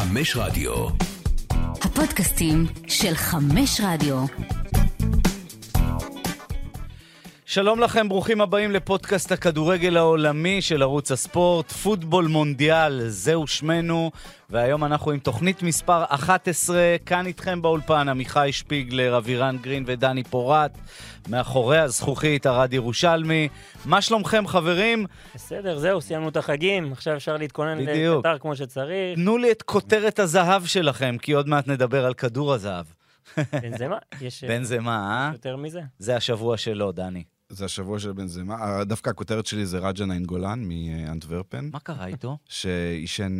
חמש רדיו. הפודקאסטים של חמש רדיו. שלום לכם, ברוכים הבאים לפודקאסט הכדורגל העולמי של ערוץ הספורט, פוטבול מונדיאל, זהו שמנו, והיום אנחנו עם תוכנית מספר 11, כאן איתכם באולפן, עמיחי שפיגלר, אבירן גרין ודני פורט, מאחורי הזכוכית, ארד ירושלמי. מה שלומכם חברים? בסדר, זהו, סיימנו את החגים, עכשיו אפשר להתכונן לקטר כמו שצריך. תנו לי את כותרת הזהב שלכם, כי עוד מעט נדבר על כדור הזהב. בנזמה? יש בנזמה, יותר מזה? זה השבוע שלו, דני. זה השבוע של בנזמה. דווקא הכותרת שלי זה רג'ה ניינגולן מאנטוורפן. מה קרה איתו? שאישן,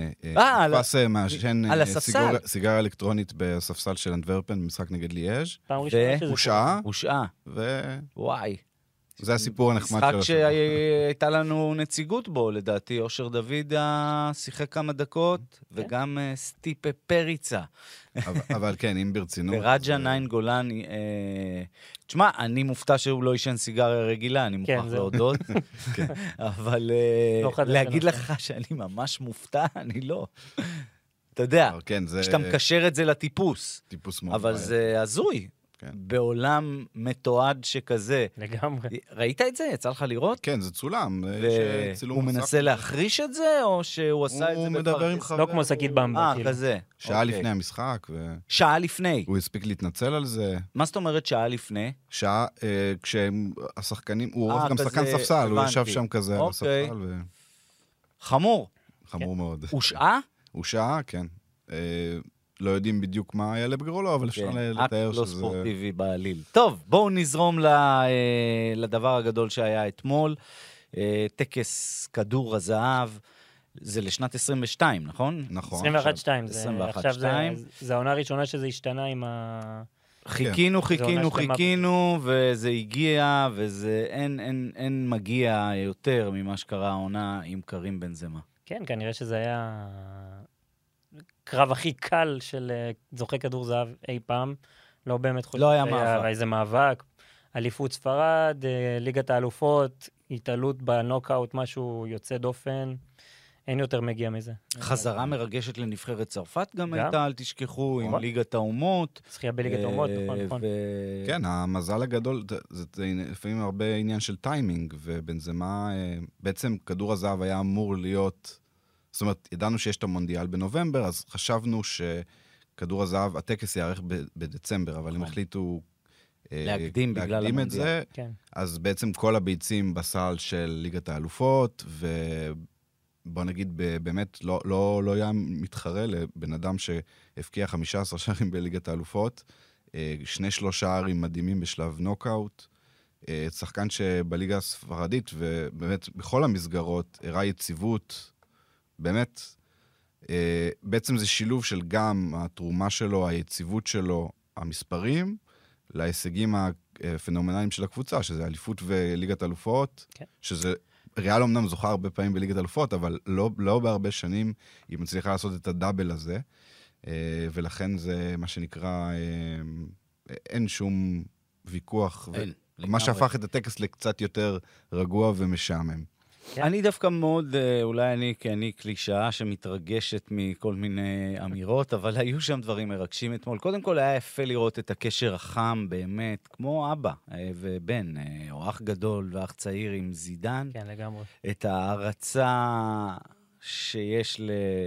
מעשן סיגריה אלקטרונית בספסל של אנטוורפן, במשחק נגד ליאז'. פעם ראשונה שזה הושעה. הושעה. וואי. זה הסיפור הנחמד שלו. משחק שהייתה לנו נציגות בו, לדעתי. אושר דוידה שיחק כמה דקות, וגם סטיפה פריצה. אבל כן, אם ברצינות. ורג'ה ניינגולן, תשמע, אני מופתע שהוא לא ישן סיגריה רגילה, אני מוכרח להודות. אבל להגיד לך שאני ממש מופתע, אני לא. אתה יודע, שאתה מקשר את זה לטיפוס. טיפוס מאוד. אבל זה הזוי. בעולם מתועד שכזה. לגמרי. ראית את זה? יצא לך לראות? כן, זה צולם. והוא מנסה להחריש את זה, או שהוא עשה את זה בפרקס? לא כמו שקית במבה. כזה. שעה לפני המשחק. שעה לפני. הוא הספיק להתנצל על זה. מה זאת אומרת שעה לפני? שעה, כשהשחקנים, הוא גם שחקן ספסל, הוא ישב שם כזה על הספסל. חמור. חמור מאוד. הוא שעה? הוא שעה, כן. לא יודעים בדיוק מה יעלה בגורלו, אבל אפשר לתאר שזה... לא ספורטיבי בעליל. טוב, בואו נזרום לדבר הגדול שהיה אתמול. טקס כדור הזהב, זה לשנת 22, נכון? נכון. 21-2. עכשיו זה העונה הראשונה שזה השתנה עם ה... חיכינו, וזה הגיע, וזה אין מגיע יותר ממה שקרה העונה עם קרים בנזמה. כן, כנראה שזה היה... קרב הכי קל של זוכה כדור זהב אי פעם. לא באמת חושב. לא היה מאבק. איזה מאבק. אליפות ספרד, ליגת האלופות, התעלות בנוקאוט, משהו יוצא דופן. אין יותר מגיע מזה. חזרה מרגשת לנבחרת צרפת גם הייתה, אל תשכחו, עם ליגת האומות. זכייה בליגת האומות, נכון. כן, המזל הגדול, זה לפעמים הרבה עניין של טיימינג, ובנזמה, בעצם כדור הזהב היה אמור להיות... זאת אומרת, ידענו שיש את המונדיאל בנובמבר, אז חשבנו שכדור הזהב, הטקס יערך בדצמבר, אבל הם החליטו להקדים בגלל המונדיאל. את זה, אז בעצם כל הביצים בסל של ליגת האלופות, ובוא נגיד, באמת לא היה מתחרה לבן אדם שהפקיע 15 שערים בליגת האלופות, 2-3 שערים מדהימים בשלב נוקאוט, שחקן שבליגה הספרדית, ובאמת בכל המסגרות, הראה יציבות, באמת, בעצם זה שילוב של גם התרומה שלו, היציבות שלו, המספרים, להישגים הפנומנליים של הקבוצה, שזה אליפות וליגת אלופות, שזה ריאל אומנם זוכה הרבה פעמים בליגת אלופות, אבל לא בהרבה שנים היא מצליחה לעשות את הדאבל הזה, ולכן זה מה שנקרא, אין שום ויכוח, מה שהפך את הטקס לקצת יותר רגוע ומשעמם. אני דווקא מאוד, אולי כי אני קלישאה שמתרגשת מכל מיני אמירות, אבל היו שם דברים מרגשים אתמול. קודם כל היה יפה לראות את הקשר החם באמת, כמו אבא ובן, או אח גדול ואח צעיר עם זידן. כן, לגמרי. את ההרצה שיש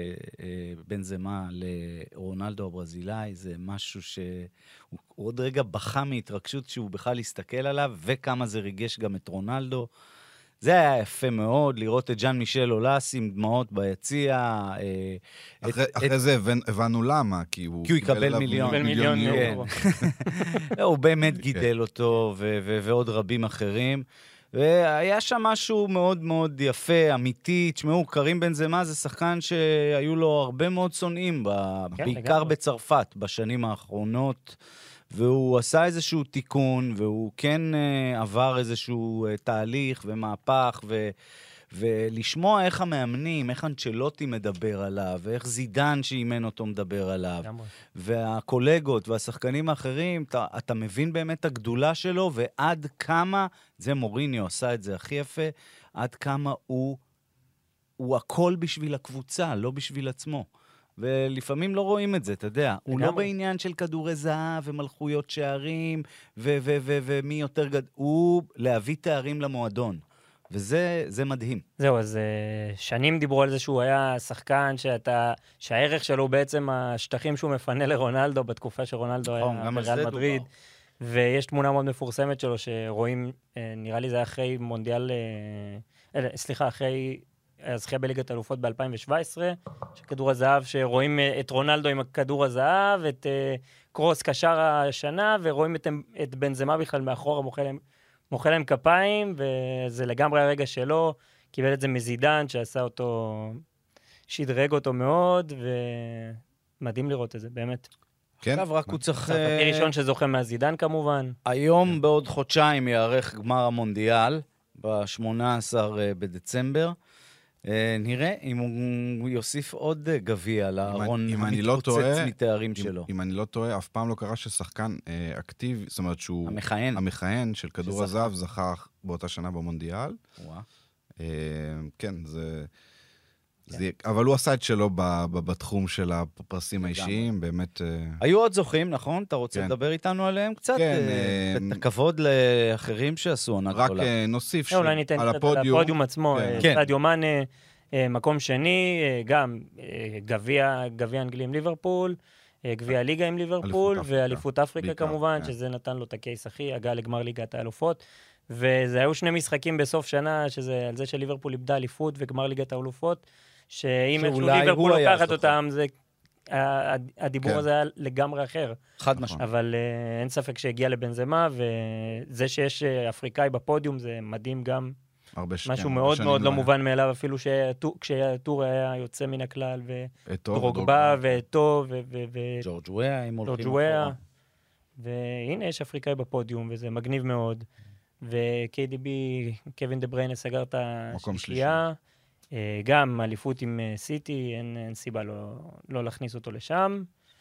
לבנזמה, לרונלדו הברזילאי, זה משהו שהוא עוד רגע בכה מהתרגשות שהוא בכלל הסתכל עליו, וכמה זה ריגש גם את רונלדו. זה היה יפה מאוד, לראות את ז'אן מישל אולס עם דמעות ביציע. אחרי זה הבנו למה, כי הוא יקבל מיליון יורו. הוא באמת גידל אותו, ועוד רבים אחרים. והיה שם משהו מאוד מאוד יפה, אמיתי. תשמעו, קרים בנזמה זה שחקן שהיו לו הרבה מאוד שונאים, בעיקר בצרפת, בשנים האחרונות. והוא עשה איזשהו תיקון, והוא כן עבר איזשהו תהליך ומהפך, ולשמוע איך המאמנים, איך אנצ'לוטי מדבר עליו, ואיך זידן שאימן אותו מדבר עליו, והקולגות והשחקנים האחרים, אתה מבין באמת את הגדולה שלו, ועד כמה, זה מוריניו עשה את זה הכי יפה, עד כמה הוא הכל בשביל הקבוצה, לא בשביל עצמו. ולפעמים לא רואים את זה, אתה יודע. הוא לא בעניין של כדורי זהב ומלכויות שערים, ומי יותר הוא להביא תארים למועדון. וזה מדהים. זהו, אז שנים דיברו על זה שהוא היה שחקן שהערך שלו בעצם השטחים שהוא מפנה לרונלדו, בתקופה שרונלדו היה בריאל מדריד. ויש תמונה מאוד מפורסמת שלו שרואים, נראה לי זה היה אחרי מונדיאל, אחרי הזכייה בליגת האלופות ב-2017, שכדור הזהב, שרואים את רונלדו עם כדור הזהב, את קרוס קשר השנה, ורואים את בנזמה בכלל מאחורה, מוחא להם כפיים, וזה לגמרי הרגע שלו, קיבל את זה מזידן, שעשה אותו, שדרג אותו מאוד, ומדהים לראות את זה, באמת. כן. עכשיו רק הוא צריך... צרפתי ראשון שזוכה מהזידן כמובן. היום בעוד חודשיים יערך גמר המונדיאל, ב-18 בדצמבר. נראה אם הוא יוסיף עוד גביע לארון המתפוצץ מתארים שלו. אם אני לא טועה, אף פעם לא קרה ששחקן אקטיבי, זאת אומרת שהוא... המכהן של כדור הזהב זכה באותה שנה במונדיאל. כן, זה... אבל הוא עשה את שלו בתחום של הפרסים האישיים, באמת... היו עוד זוכים, נכון? אתה רוצה לדבר איתנו עליהם קצת? את הכבוד לאחרים שעשו עונה גדולה. רק נוסיף אולי ניתן קצת על הפודיום עצמו. סעדיו מאנה, מקום שני, גם גביע אנגלי עם ליברפול, גביע ליגה עם ליברפול, ואליפות אפריקה כמובן, שזה נתן לו את הקייס הכי, הגעה לגמר ליגת האלופות. וזה היו שני משחקים בסוף שנה, שזה על זה שליברפול איבדה אליפות וגמר ליגת האלופות, שאם ליברפול לוקחת אותם, הדיבור הזה היה לגמרי אחר. חד משמעית. אבל אין ספק שהגיע לבנזמה, וזה שיש אפריקאי בפודיום זה מדהים גם. משהו מאוד מאוד לא מובן מאליו, אפילו כשהטור היה יוצא מן הכלל, ודרוגבה ואתו, ג'ורג' וויה, והנה יש אפריקאי בפודיום, וזה מגניב מאוד. ו-KDB, קווין דה בריינה סגר את השלישייה, גם אליפות עם סיטי, אין סיבה לא להכניס אותו לשם.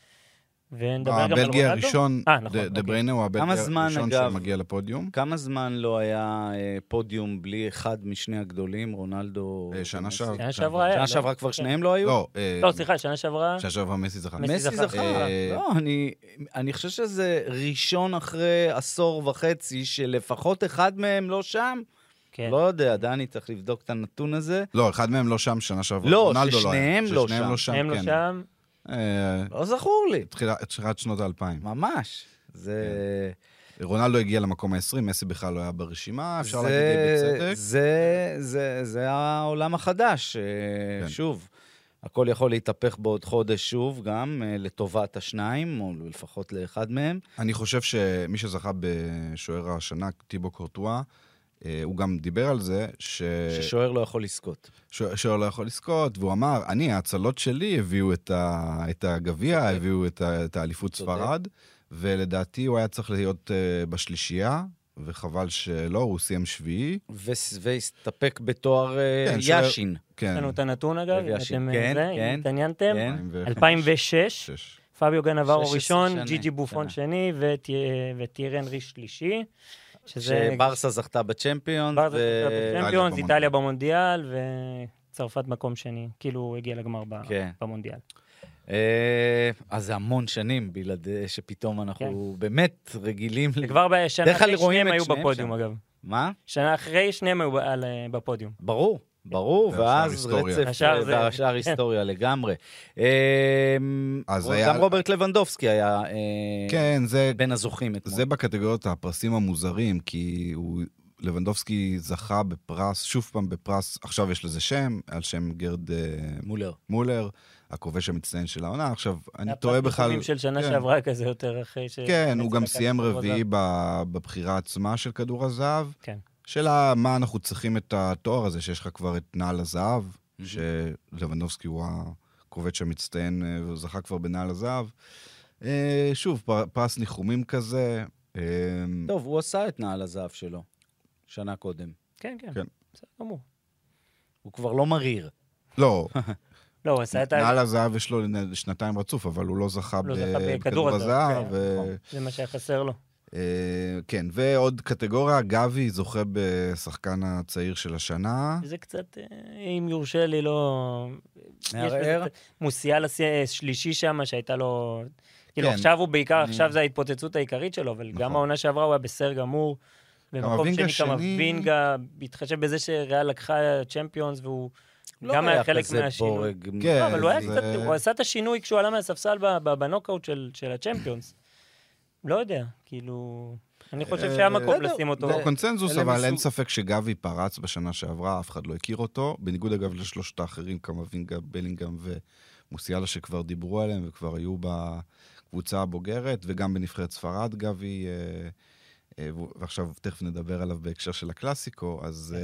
הבלגי הראשון, דה בריינה הוא הבלגי הראשון שמגיע לפודיום. כמה זמן לא היה פודיום בלי אחד משני הגדולים, רונלדו? שנה שעברה. שנה שעברה כבר שניהם לא היו? לא, סליחה, שנה שעברה. שנה שעברה מסי זכה. מסי זכה. לא, אני חושב שזה ראשון אחרי עשור וחצי, שלפחות אחד מהם לא שם. לא יודע, דני צריך לבדוק את הנתון הזה. לא, אחד מהם לא שם שנה שעברה. לא, ששניהם לא שם. שניהם לא שם. לא זכור לי. תחילת שנות ה-2000. ממש. רונלדו הגיע למקום ה-20, מסי בכלל לא היה ברשימה, אפשר להגיד בצדק. זה העולם החדש. שוב, הכל יכול להתהפך בעוד חודש שוב, גם לטובת השניים, או לפחות לאחד מהם. אני חושב שמי שזכה בשוער השנה, טיבו קורטואה, הוא גם דיבר על זה ששוער לא יכול לזכות. שוער לא יכול לזכות, והוא אמר, ההצלות שלי הביאו את הגביע, הביאו את האליפות ספרד, ולדעתי הוא היה צריך להיות בשלישייה, וחבל שלא, הוא סיים שביעי. והסתפק בתואר יאשין. כן. לנו את הנתון אגב, אתם התעניינתם. 2006. פאביו גנברו ראשון, ג'יג'י בופון שני, וטיירי אנרי שלישי. שברסה זכתה בצ'מפיונס. ברסה זכתה בצ'מפיונס, איטליה במונדיאל, וצרפת מקום שני. כאילו הוא הגיע לגמר במונדיאל. אז זה המון שנים, בלעד שפתאום אנחנו באמת רגילים. כבר בשנה אחרי שניהם היו בפודיום, אגב. מה? שנה אחרי שניהם היו בפודיום. ברור, ואז רצף, והשאר היסטוריה לגמרי. גם רוברט לבנדובסקי היה בין הזוכים. זה בקטגוריות הפרסים המוזרים, כי לבנדובסקי זכה בפרס, שוב פעם בפרס, עכשיו יש לזה שם, על שם גרד מולר, הכובש המצטיין של העונה. עכשיו, אני טועה בכלל... הפרסים של שנה שעברה כזה יותר אחרי ש... כן, הוא גם סיים רביעי בבחירה עצמה של כדור הזהב. כן. שאלה, מה אנחנו צריכים את התואר הזה, שיש לך כבר את נעל הזהב, שלבנדובסקי הוא הכובש המצטיין, והוא זכה כבר בנעל הזהב. שוב, פרס ניחומים כזה. טוב, הוא עשה את נעל הזהב שלו, שנה קודם. כן. בסדר גמור. הוא כבר לא מריר. לא. לא, הוא עשה את נעל הזהב יש לו שנתיים רצוף, אבל הוא לא זכה בכדור הזהב. זה מה שהיה חסר לו. כן, ועוד קטגוריה, גבי זוכה בשחקן הצעיר של השנה. זה קצת, אם יורשה לי, לא... מערער. מוסיאל השלישי שם, שהייתה לו... כאילו, עכשיו הוא בעיקר, עכשיו זה ההתפוצצות העיקרית שלו, אבל גם העונה שעברה הוא היה בסדר גמור, במקום שני קמבינגה, בהתחשב בזה שריאל לקחה צ'מפיונס, והוא גם היה חלק מהשינוי. לא, אבל הוא עשה את השינוי כשהוא עלה מהספסל בנוקאוט של הצ'מפיונס. לא יודע, כאילו... אני חושב שהיה מקום לשים אותו. זה קונצנזוס, אבל אין ספק שגבי פרץ בשנה שעברה, אף אחד לא הכיר אותו, בניגוד אגב לשלושת האחרים, קמבינגה, בלינגהם ומוסיאלה שכבר דיברו עליהם, וכבר היו בקבוצה הבוגרת, וגם בנבחרת ספרד גבי, ועכשיו תכף נדבר עליו בהקשר של הקלאסיקו, אז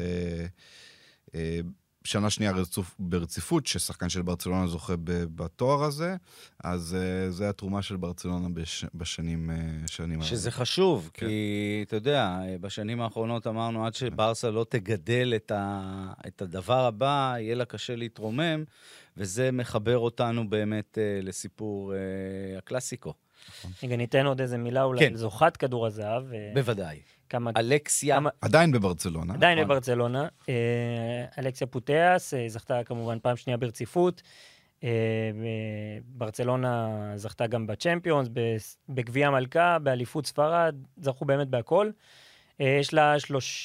שנה שנייה ברציפות, ששחקן של ברצלונה זוכה בתואר הזה, אז זה התרומה של ברצלונה בשנים האלה. שזה חשוב, כי אתה יודע, בשנים האחרונות אמרנו, עד שברסה לא תגדל את הדבר הבא, יהיה לה קשה להתרומם, וזה מחבר אותנו באמת לסיפור הקלאסיקו. רגע, ניתן עוד איזה מילה אולי על זוכת כדור הזהב. בוודאי. אלכסיה. עדיין בברצלונה. עדיין בברצלונה. אלכסיה פוטאס, זכתה כמובן פעם שנייה ברציפות. ברצלונה זכתה גם בצ'מפיונס, בגביע המלכה, באליפות ספרד, זכו באמת בהכל. יש לה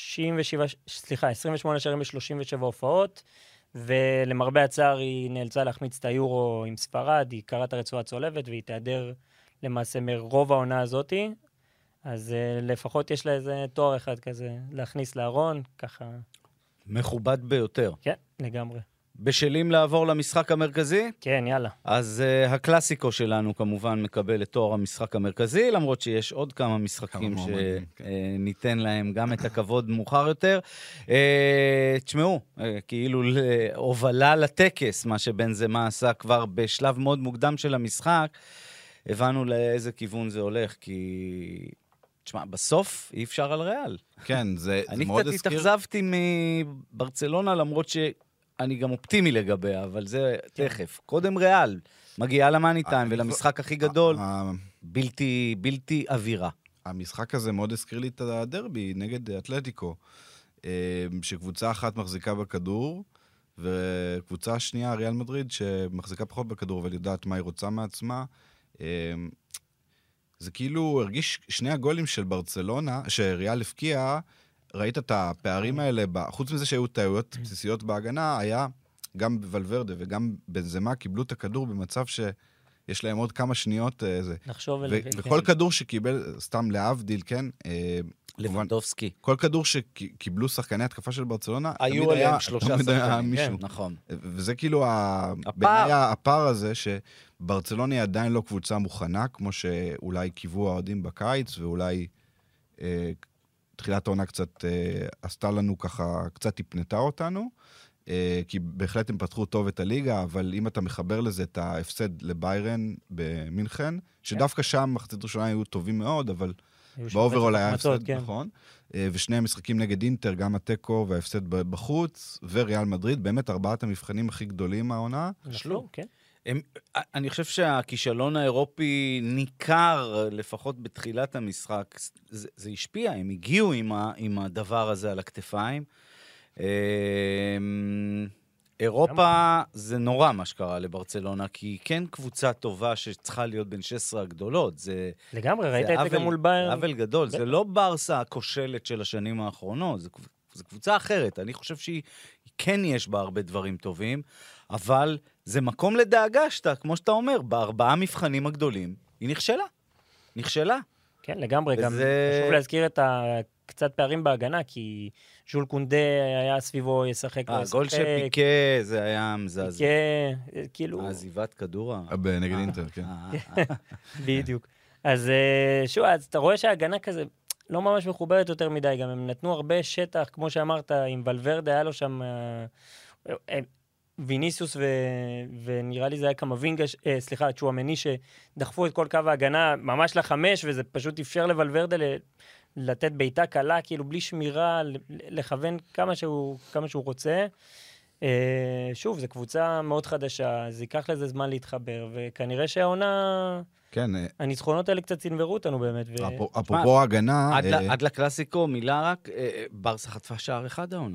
28 שערים ב-37 הופעות, ולמרבה הצער היא נאלצה להחמיץ את היורו עם ספרד, היא קראת הרצועה צולבת, והיא תיעדר למעשה מרוב העונה הזאת, אז לפחות יש לה איזה תואר אחד כזה להכניס לארון, ככה... מכובד ביותר. כן, לגמרי. בשלים לעבור למשחק המרכזי? כן, יאללה. אז הקלאסיקו שלנו כמובן מקבל את תואר המשחק המרכזי, למרות שיש עוד כמה משחקים שניתן להם גם את הכבוד מאוחר יותר. תשמעו, כאילו הובלה לטקס, מה שבנזמה עשה כבר בשלב מאוד מוקדם של המשחק, הבנו לאיזה כיוון זה הולך, כי... תשמע, בסוף אי אפשר על ריאל. כן, זה מאוד הזכיר. אני קצת התאכזבתי מברצלונה, למרות שאני גם אופטימי לגביה, אבל זה תכף. קודם ריאל, מגיעה למאני טיים, ולמשחק הכי גדול, בלתי אווירה. המשחק הזה מאוד הזכיר לי את הדרבי נגד אתלטיקו, שקבוצה אחת מחזיקה בכדור, וקבוצה שנייה, ריאל מדריד, שמחזיקה פחות בכדור, אבל יודעת מה היא רוצה מעצמה. זה כאילו הרגיש שני הגולים של ברצלונה, שריאל הפקיע, ראית את הפערים האלה, חוץ מזה שהיו טעויות בסיסיות בהגנה, היה גם ולוורדה וגם בנזמה קיבלו את הכדור במצב שיש להם עוד כמה שניות, וכל כדור שקיבל, סתם להבדיל, כן? לבנדובסקי. כל כדור שקיבלו שחקני התקפה של ברצלונה, היו עליהם 3 שחקנים, כן, נכון. וזה כאילו הפער הזה, שברצלונה היא עדיין לא קבוצה מוכנה, כמו שאולי קיוו האוהדים בקיץ, ואולי תחילת העונה קצת עשתה לנו ככה, קצת הפנתה אותנו, כי בהחלט הם פתחו טוב את הליגה, אבל אם אתה מחבר לזה את ההפסד לביירן במינכן, שדווקא שם מחצית ראשונה היו טובים מאוד, אבל באוברול היה הפסד, נכון. ושני המשחקים נגד אינטר, גם הטקו וההפסד בחוץ, וריאל מדריד, באמת 4 המבחנים הכי גדולים מהעונה. נשלו, כן. אני חושב שהכישלון האירופי ניכר, לפחות בתחילת המשחק, זה השפיע, הם הגיעו עם הדבר הזה על הכתפיים. אירופה זה נורא מה שקרה לברצלונה, כי היא כן קבוצה טובה שצריכה להיות בין 16 הגדולות. לגמרי, ראית את זה גם מול ביירן. עוול גדול, זה לא ברסה הכושלת של השנים האחרונות, זה קבוצה אחרת. אני חושב שהיא כן יש בה הרבה דברים טובים, אבל זה מקום לדאגה שאתה, כמו שאתה אומר, ב4 מבחנים הגדולים, היא נכשלה. כן, לגמרי, גם חשוב להזכיר את קצת פערים בהגנה, כי ז'ול קונדה היה סביבו ישחק. גול שפיקה, זה היה מזעזע. פיקה, כאילו... עזיבת כדור. נגד אינטר, כן. בדיוק. אז שוב, אתה רואה שההגנה כזה לא ממש מחוברת יותר מדי, גם הם נתנו הרבה שטח, כמו שאמרת, עם ולוורדה היה לו שם... ויניסיוס ונראה לי זה היה קמבינגה, צ'ואמני, שדחפו את כל קו ההגנה ממש ל5, וזה פשוט אפשר לוולוורדה לתת ביתה קלה, כאילו בלי שמירה, לכוון כמה שהוא רוצה. שוב, זו קבוצה מאוד חדשה, אז ייקח לזה זמן להתחבר, וכנראה שהעונה... כן. הניצחונות האלה קצת צנברו אותנו באמת. אפרופו ההגנה... עד לקלאסיקו, מילה רק, ברסה חטפה שער אחד העונה.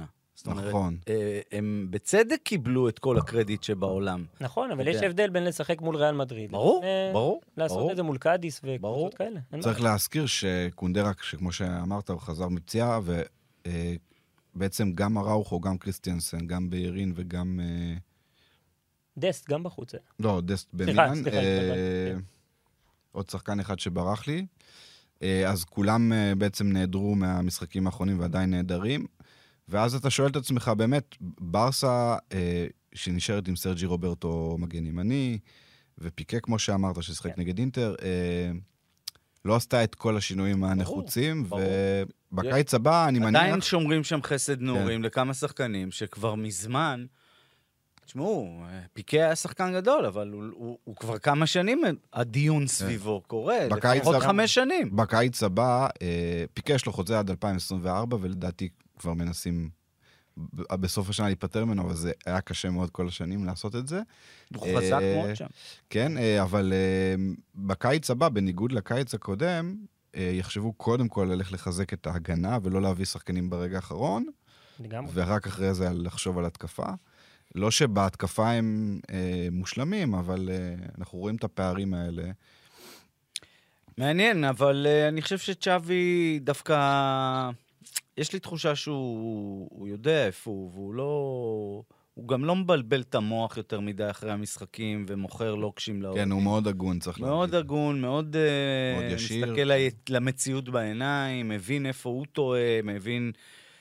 נכון. הם בצדק קיבלו את כל הקרדיט שבעולם. נכון, אבל יש הבדל בין לשחק מול ריאל מדריד. ברור. לעשות את זה מול קאדיס וקבוצות כאלה. צריך להזכיר שקונדרה, שכמו שאמרת, הוא חזר מפציעה, ובעצם גם אראוחו, גם קריסטיאנסן, גם ביירין וגם... דסט, גם בחוץ. לא, דסט במילאן. עוד שחקן אחד שברח לי. אז כולם בעצם נעדרו מהמשחקים האחרונים ועדיין נעדרים. ואז אתה שואל את עצמך, באמת, ברסה שנשארת עם סרג'י רוברטו מגן ימני, ופיקה, כמו שאמרת, ששחק נגד אינטר, לא עשתה את כל השינויים הנחוצים, ובקיץ הבא אני מניח... עדיין שומרים שם חסד נעורים לכמה שחקנים שכבר מזמן... תשמעו, פיקה היה שחקן גדול, אבל הוא כבר כמה שנים הדיון סביבו קורה, לפחות 5 שנים. בקיץ הבא, פיקה יש לו חוזה עד 2024, ולדעתי כבר מנסים בסוף השנה להיפטר ממנו, אבל זה היה קשה מאוד כל השנים לעשות את זה. הוא חזק מאוד שם. כן, אבל בקיץ הבא, בניגוד לקיץ הקודם, יחשבו קודם כל ללכת לחזק את ההגנה, ולא להביא שחקנים ברגע האחרון, ורק אחרי זה לחשוב על התקפה. לא שבהתקפה הם מושלמים, אבל אנחנו רואים את הפערים האלה. מעניין, אבל אני חושב שצ'אבי דווקא... יש לי תחושה שהוא יודע איפה הוא, והוא לא... הוא גם לא מבלבל את המוח יותר מדי אחרי המשחקים, ומוכר לוקשים לאוהדים. כן, הוא מאוד הגון, צריך להגיד. מאוד הגון, מאוד מסתכל למציאות בעיניים, מבין איפה הוא טועה, מבין...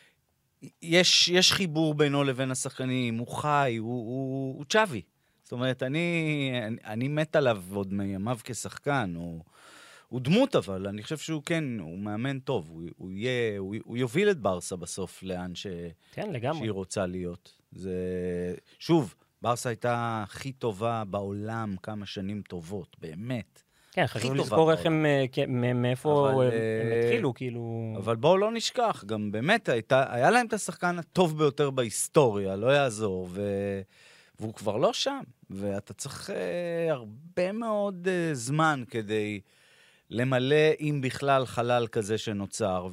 יש חיבור בינו לבין השחקנים, הוא חי, הוא צ'אבי. זאת אומרת, אני מת עליו עוד מימיו כשחקן, הוא דמות אבל, אני חושב שהוא כן, הוא מאמן טוב, הוא יוביל את ברסה בסוף לאן שהיא רוצה להיות. שוב, ברסה הייתה הכי טובה בעולם כמה שנים טובות, באמת. כן, חשוב לזכור איך מאיפה הם התחילו, כאילו... אבל בואו לא נשכח, גם באמת היה להם את השחקן הטוב ביותר בהיסטוריה, לא יעזור, והוא כבר לא שם, ואתה צריך הרבה מאוד זמן כדי למלא אם בכלל חלל כזה שנוצר,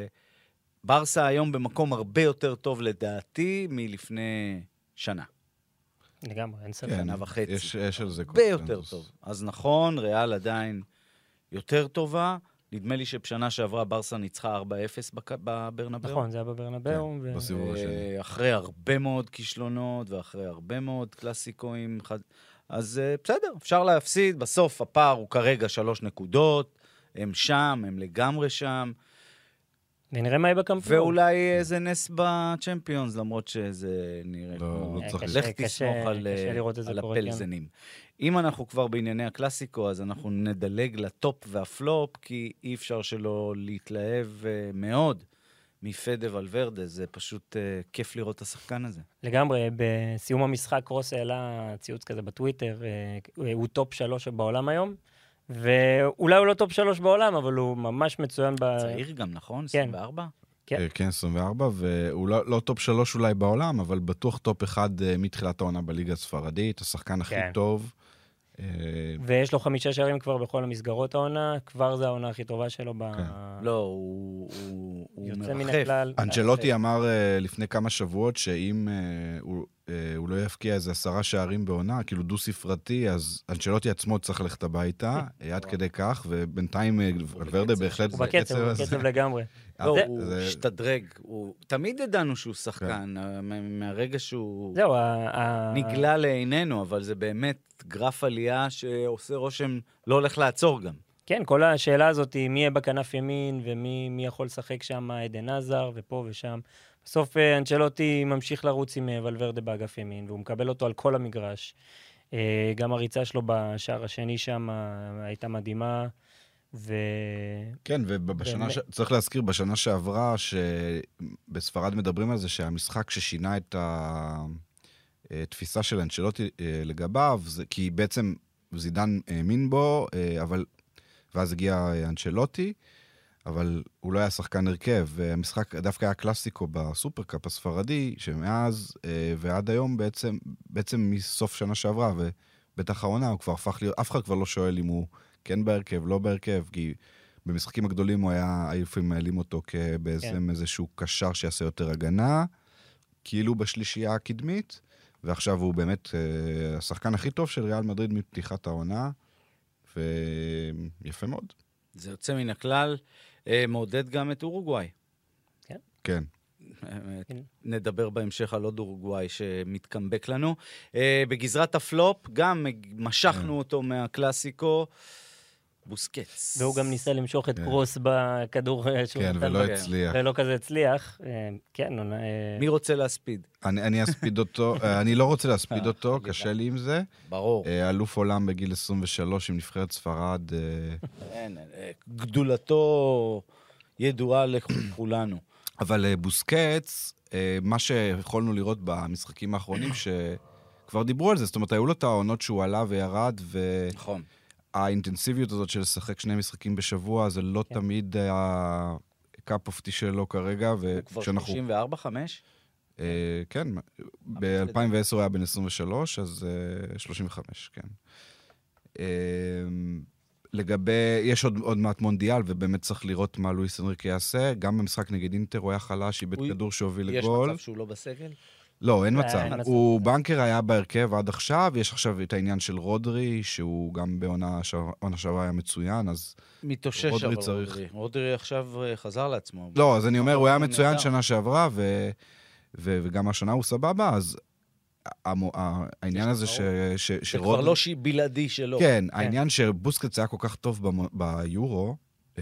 וברסה היום במקום הרבה יותר טוב לדעתי מלפני שנה. לגמרי, אין ספק. שנה וחצי. יש על זה הרבה יותר טוב. אז נכון, ריאל עדיין יותר טובה. נדמה לי שבשנה שעברה ברסה ניצחה 4-0 בברנבאו. נכון, זה היה בברנבאו. בסיבוב השני. אחרי הרבה מאוד כישלונות, ואחרי הרבה מאוד קלאסיקואים. אז בסדר, אפשר להפסיד. בסוף הפער הוא כרגע 3 נקודות. הם שם, הם לגמרי שם. ונראה מה יהיה בקמפיון. ואולי איזה נס בצ'מפיונס, למרות שזה נראה כמו... לך תסמוך על הפלזנים. אם אנחנו כבר בענייני הקלאסיקו, אז אנחנו נדלג לטופ והפלופ, כי אי אפשר שלא להתלהב מאוד מפדה ולוורדה. זה פשוט כיף לראות את השחקן הזה. לגמרי, בסיום המשחק רוס העלה ציוץ כזה בטוויטר, הוא טופ 3 בעולם היום, ואולי הוא לא טופ 3 בעולם, אבל הוא ממש מצוין צעיר גם, נכון? 24? כן, 24, והוא לא טופ 3 אולי בעולם, אבל בטוח טופ 1 מתחילת העונה בליגה הספרדית, השחקן הכי טוב. ויש לו 5 שערים כבר בכל המסגרות העונה, כבר זה העונה הכי טובה שלו לא, הוא מרחף. אנצ'לוטי אמר לפני כמה שבועות שאם הוא לא יפקיע איזה 10 שערים בעונה, כאילו דו ספרתי, אז אנצ'לוטי עצמו צריך ללכת הביתה, עד כדי כך, ובינתיים ולוורדה בהחלט... הוא בקצב לגמרי. הוא השתדרג, תמיד ידענו שהוא שחקן, מהרגע שהוא נגלה לעינינו, אבל זה באמת גרף עלייה שעושה רושם לא הולך לעצור גם. כן, כל השאלה הזאת היא מי יהיה בכנף ימין, ומי יכול לשחק שם, עדן עזר, ופה ושם. בסוף אנצ'לוטי ממשיך לרוץ עם ולוורדה באגף ימין, והוא מקבל אותו על כל המגרש. גם הריצה שלו בשער השני שם הייתה מדהימה, כן, צריך להזכיר, בשנה שעברה, שבספרד מדברים על זה, שהמשחק ששינה את התפיסה של אנצ'לוטי לגביו, כי בעצם זידן האמין בו, ואז הגיע אנצ'לוטי, אבל הוא לא היה שחקן הרכב, והמשחק דווקא היה קלאסיקו בסופרקאפ הספרדי, שמאז ועד היום בעצם מסוף שנה שעברה, ובטח העונה הוא כבר הפך להיות, אף אחד כבר לא שואל אם הוא כן בהרכב, לא בהרכב, כי במשחקים הגדולים הוא היה, לפעמים מעלים אותו כבעצם איזשהו קשר שיעשה יותר הגנה, כאילו בשלישייה הקדמית, ועכשיו הוא באמת השחקן הכי טוב של ריאל מדריד מפתיחת העונה, ויפה מאוד. זה יוצא מן הכלל, מעודד גם את אורוגוואי. כן. כן. נדבר בהמשך על עוד אורוגוואי שמתקמבק לנו. בגזרת הפלופ, גם משכנו אותו מהקלאסיקו, בוסקץ. והוא גם ניסה למשוך את קרוס בכדור שהוא כן, ולא הצליח. ולא כזה הצליח. כן. מי רוצה להספיד? אני אספיד אותו, אני לא רוצה להספיד אותו, קשה לי עם זה. ברור. אלוף עולם בגיל 23 עם נבחרת ספרד. גדולתו ידועה לכולנו. אבל בוסקץ, מה שיכולנו לראות במשחקים האחרונים, שכבר דיברו על זה, זאת אומרת, היו לו את העונות שהוא עלה וירד, נכון. האינטנסיביות הזאת של לשחק 2 משחקים בשבוע, זה לא תמיד הקאפ אופטי שלו כרגע. הוא כבר 34-5? כן, ב-2010 היה בן 23, אז 35, כן. לגבי, יש עוד מעט מונדיאל, ובאמת צריך לראות מה לואיס אנריקי יעשה. גם במשחק נגד אינטר הוא היה חלש, איבד כדור שהוביל לגול. יש מצב שהוא לא בסגל? לא, אין מצב. הוא בנקר היה בהרכב עד עכשיו, יש עכשיו את העניין של רודרי, שהוא גם בעונה שעברה היה מצוין, אז מתאושש אבל רודרי. רודרי עכשיו חזר לעצמו. לא, אז אני אומר, הוא היה מצוין שנה שעברה, וגם השנה הוא סבבה, אז העניין הזה זה כבר לא בלעדי שלו. כן, העניין שבוסקץ היה כל כך טוב ביורו,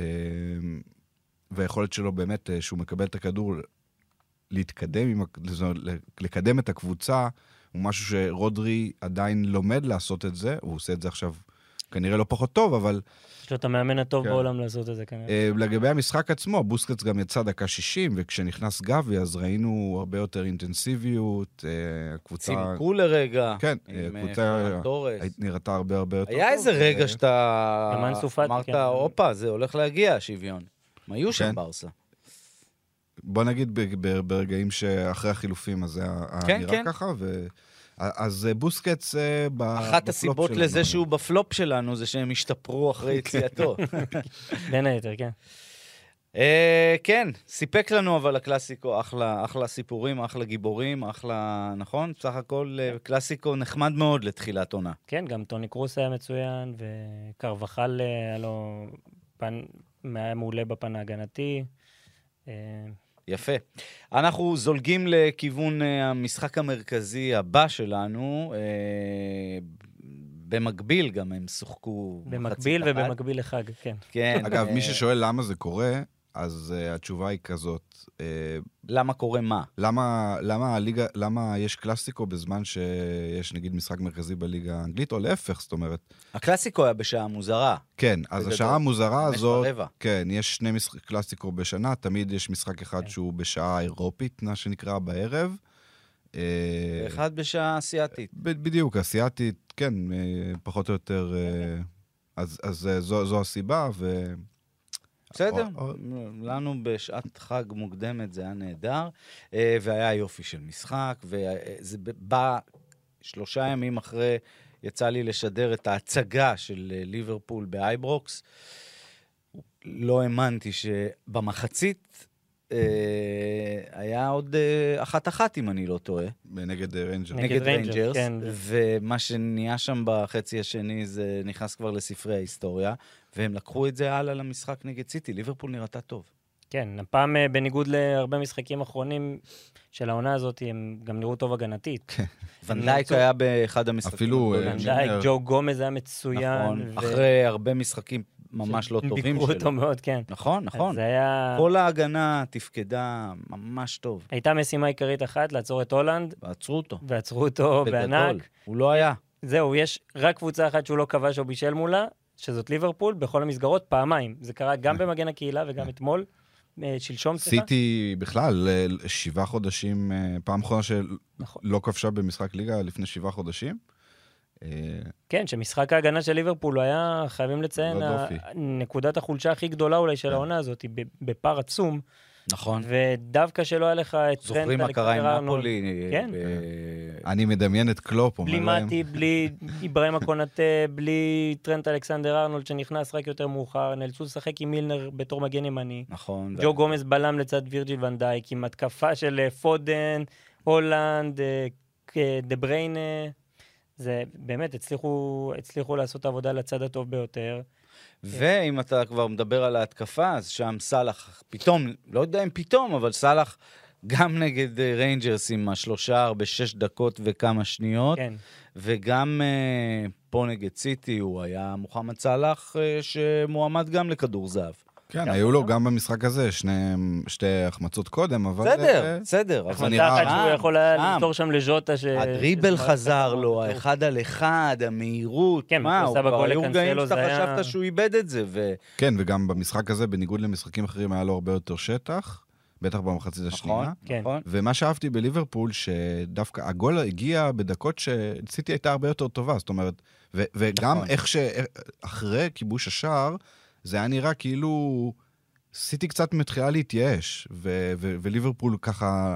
והיכולת שלו באמת, שהוא מקבל את הכדור, להתקדם, לקדם את הקבוצה, הוא משהו שרודרי עדיין לומד לעשות את זה, הוא עושה את זה עכשיו כנראה לא פחות טוב, אבל... יש לו את המאמן הטוב בעולם לעשות את זה כנראה. לגבי המשחק עצמו, בוסקץ גם יצא דקה 60, וכשנכנס גבי, אז ראינו הרבה יותר אינטנסיביות, הקבוצה... צימקו לרגע. כן, הקבוצה נראתה הרבה יותר טוב. היה איזה רגע שאתה אמרת, אופה, זה הולך להגיע, השוויון. מה היו שם ברסה? בוא נגיד ברגעים שאחרי החילופים, אז זה נראה ככה, אז בוסקץ בפלופ שלנו. אחת הסיבות לזה שהוא בפלופ שלנו, זה שהם השתפרו אחרי יציאתו. בין היתר, כן. כן, סיפק לנו אבל הקלאסיקו, אחלה סיפורים, אחלה גיבורים, אחלה, נכון? בסך הכל קלאסיקו נחמד מאוד לתחילת עונה. כן, גם טוני קרוס היה מצוין, וקרבחל היה לו היה מעולה בפן ההגנתי. יפה. אנחנו זולגים לכיוון המשחק המרכזי הבא שלנו, במקביל גם הם שוחקו. במקביל ובמקביל לחג, כן. כן. אגב, מי ששואל למה זה קורה, אז התשובה היא כזאת. למה קורה מה? למה יש קלאסיקו בזמן שיש נגיד משחק מרכזי בליגה האנגלית, או להפך, זאת אומרת. הקלאסיקו היה בשעה מוזרה. כן, אז השעה המוזרה הזאת, כן, יש 2 קלאסיקו בשנה, תמיד יש משחק אחד שהוא בשעה אירופית, מה שנקרא בערב. אחד בשעה אסיאתית. בדיוק, אסיאתית, כן, פחות או יותר, אז זו הסיבה, בסדר, לנו בשעת חג מוקדמת זה היה נהדר, והיה יופי של משחק, וזה בא 3 ימים אחרי, יצא לי לשדר את ההצגה של ליברפול באייברוקס, לא האמנתי שבמחצית היה עוד 1-1 אם אני לא טועה. נגד ריינג'רס. נגד ריינג'רס, ומה שנהיה שם בחצי השני זה נכנס כבר לספרי ההיסטוריה, והם לקחו את זה הלאה למשחק נגד סיטי. ליברפול נראתה טוב. כן, הפעם בניגוד להרבה משחקים אחרונים של העונה הזאת, הם גם נראו טוב הגנתית. ונדייק היה באחד המשחקים. אפילו ונדייק, ג'ו גומז היה מצוין. נכון, אחרי הרבה משחקים ממש לא טובים שלו. ביקרו אותו מאוד, כן. נכון. כל ההגנה תפקדה ממש טוב. הייתה משימה עיקרית אחת, לעצור את הולנד. ועצרו אותו בענק. הוא לא היה. זהו, יש רק קבוצה אחת שהוא לא כבש או בישל מולה, שזאת ליברפול, בכל המסגרות פעמיים. זה קרה גם במגן הקהילה וגם אתמול. שלשום, סליחה. סיטי בכלל, 7 חודשים, פעם אחרונה שלא כבשה במשחק ליגה לפני 7 חודשים. כן, שמשחק ההגנה של ליברפול היה, חייבים לציין, נקודת החולשה הכי גדולה אולי של העונה הזאת, היא בפער עצום. נכון. ודווקא שלא היה לך את טרנט זוכרים מה קרה עם נפולי. כן. אני מדמיין את קלופ. בלי מתי, בלי איברהימה קונאטה, בלי טרנט אלכסנדר ארנולד שנכנס רק יותר מאוחר, נאלצו לשחק עם מילנר בתור מגן ימני. נכון. ג'ו גומז בלם לצד וירג'יל ון דייק, עם התקפה של פודן, הולנד, דה בריינה, זה באמת, הצליחו לעשות עבודה לצד הטוב ביותר. ואם אתה כבר מדבר על ההתקפה, אז שם סלאח פתאום, לא יודע אם פתאום, אבל סלאח גם נגד ריינג'רס עם 3 ב-6 דקות וכמה שניות, כן. וגם פה נגד סיטי הוא היה מוחמד סלאח שמועמד גם לכדור זהב. כן, היו לו גם במשחק הזה שתי החמצות קודם, אבל... בסדר. החמצה אחת שהוא יכול לפתור שם לז'וטה הדריבל חזר לו, האחד על אחד, המהירות, כן, מה, הוא כבר היו רגעים שאתה היה... חשבת שהוא איבד את זה. כן, וגם במשחק הזה, בניגוד למשחקים אחרים, היה לו הרבה יותר שטח, בטח במחצית השנייה. נכון. ומה שאהבתי בליברפול, שדווקא הגול הגיע בדקות שסיטי הייתה הרבה יותר טובה, זאת אומרת, וגם איך שאחרי כיבוש השער, זה היה נראה כאילו סיטי קצת מתחילה להתייאש, וליברפול ככה,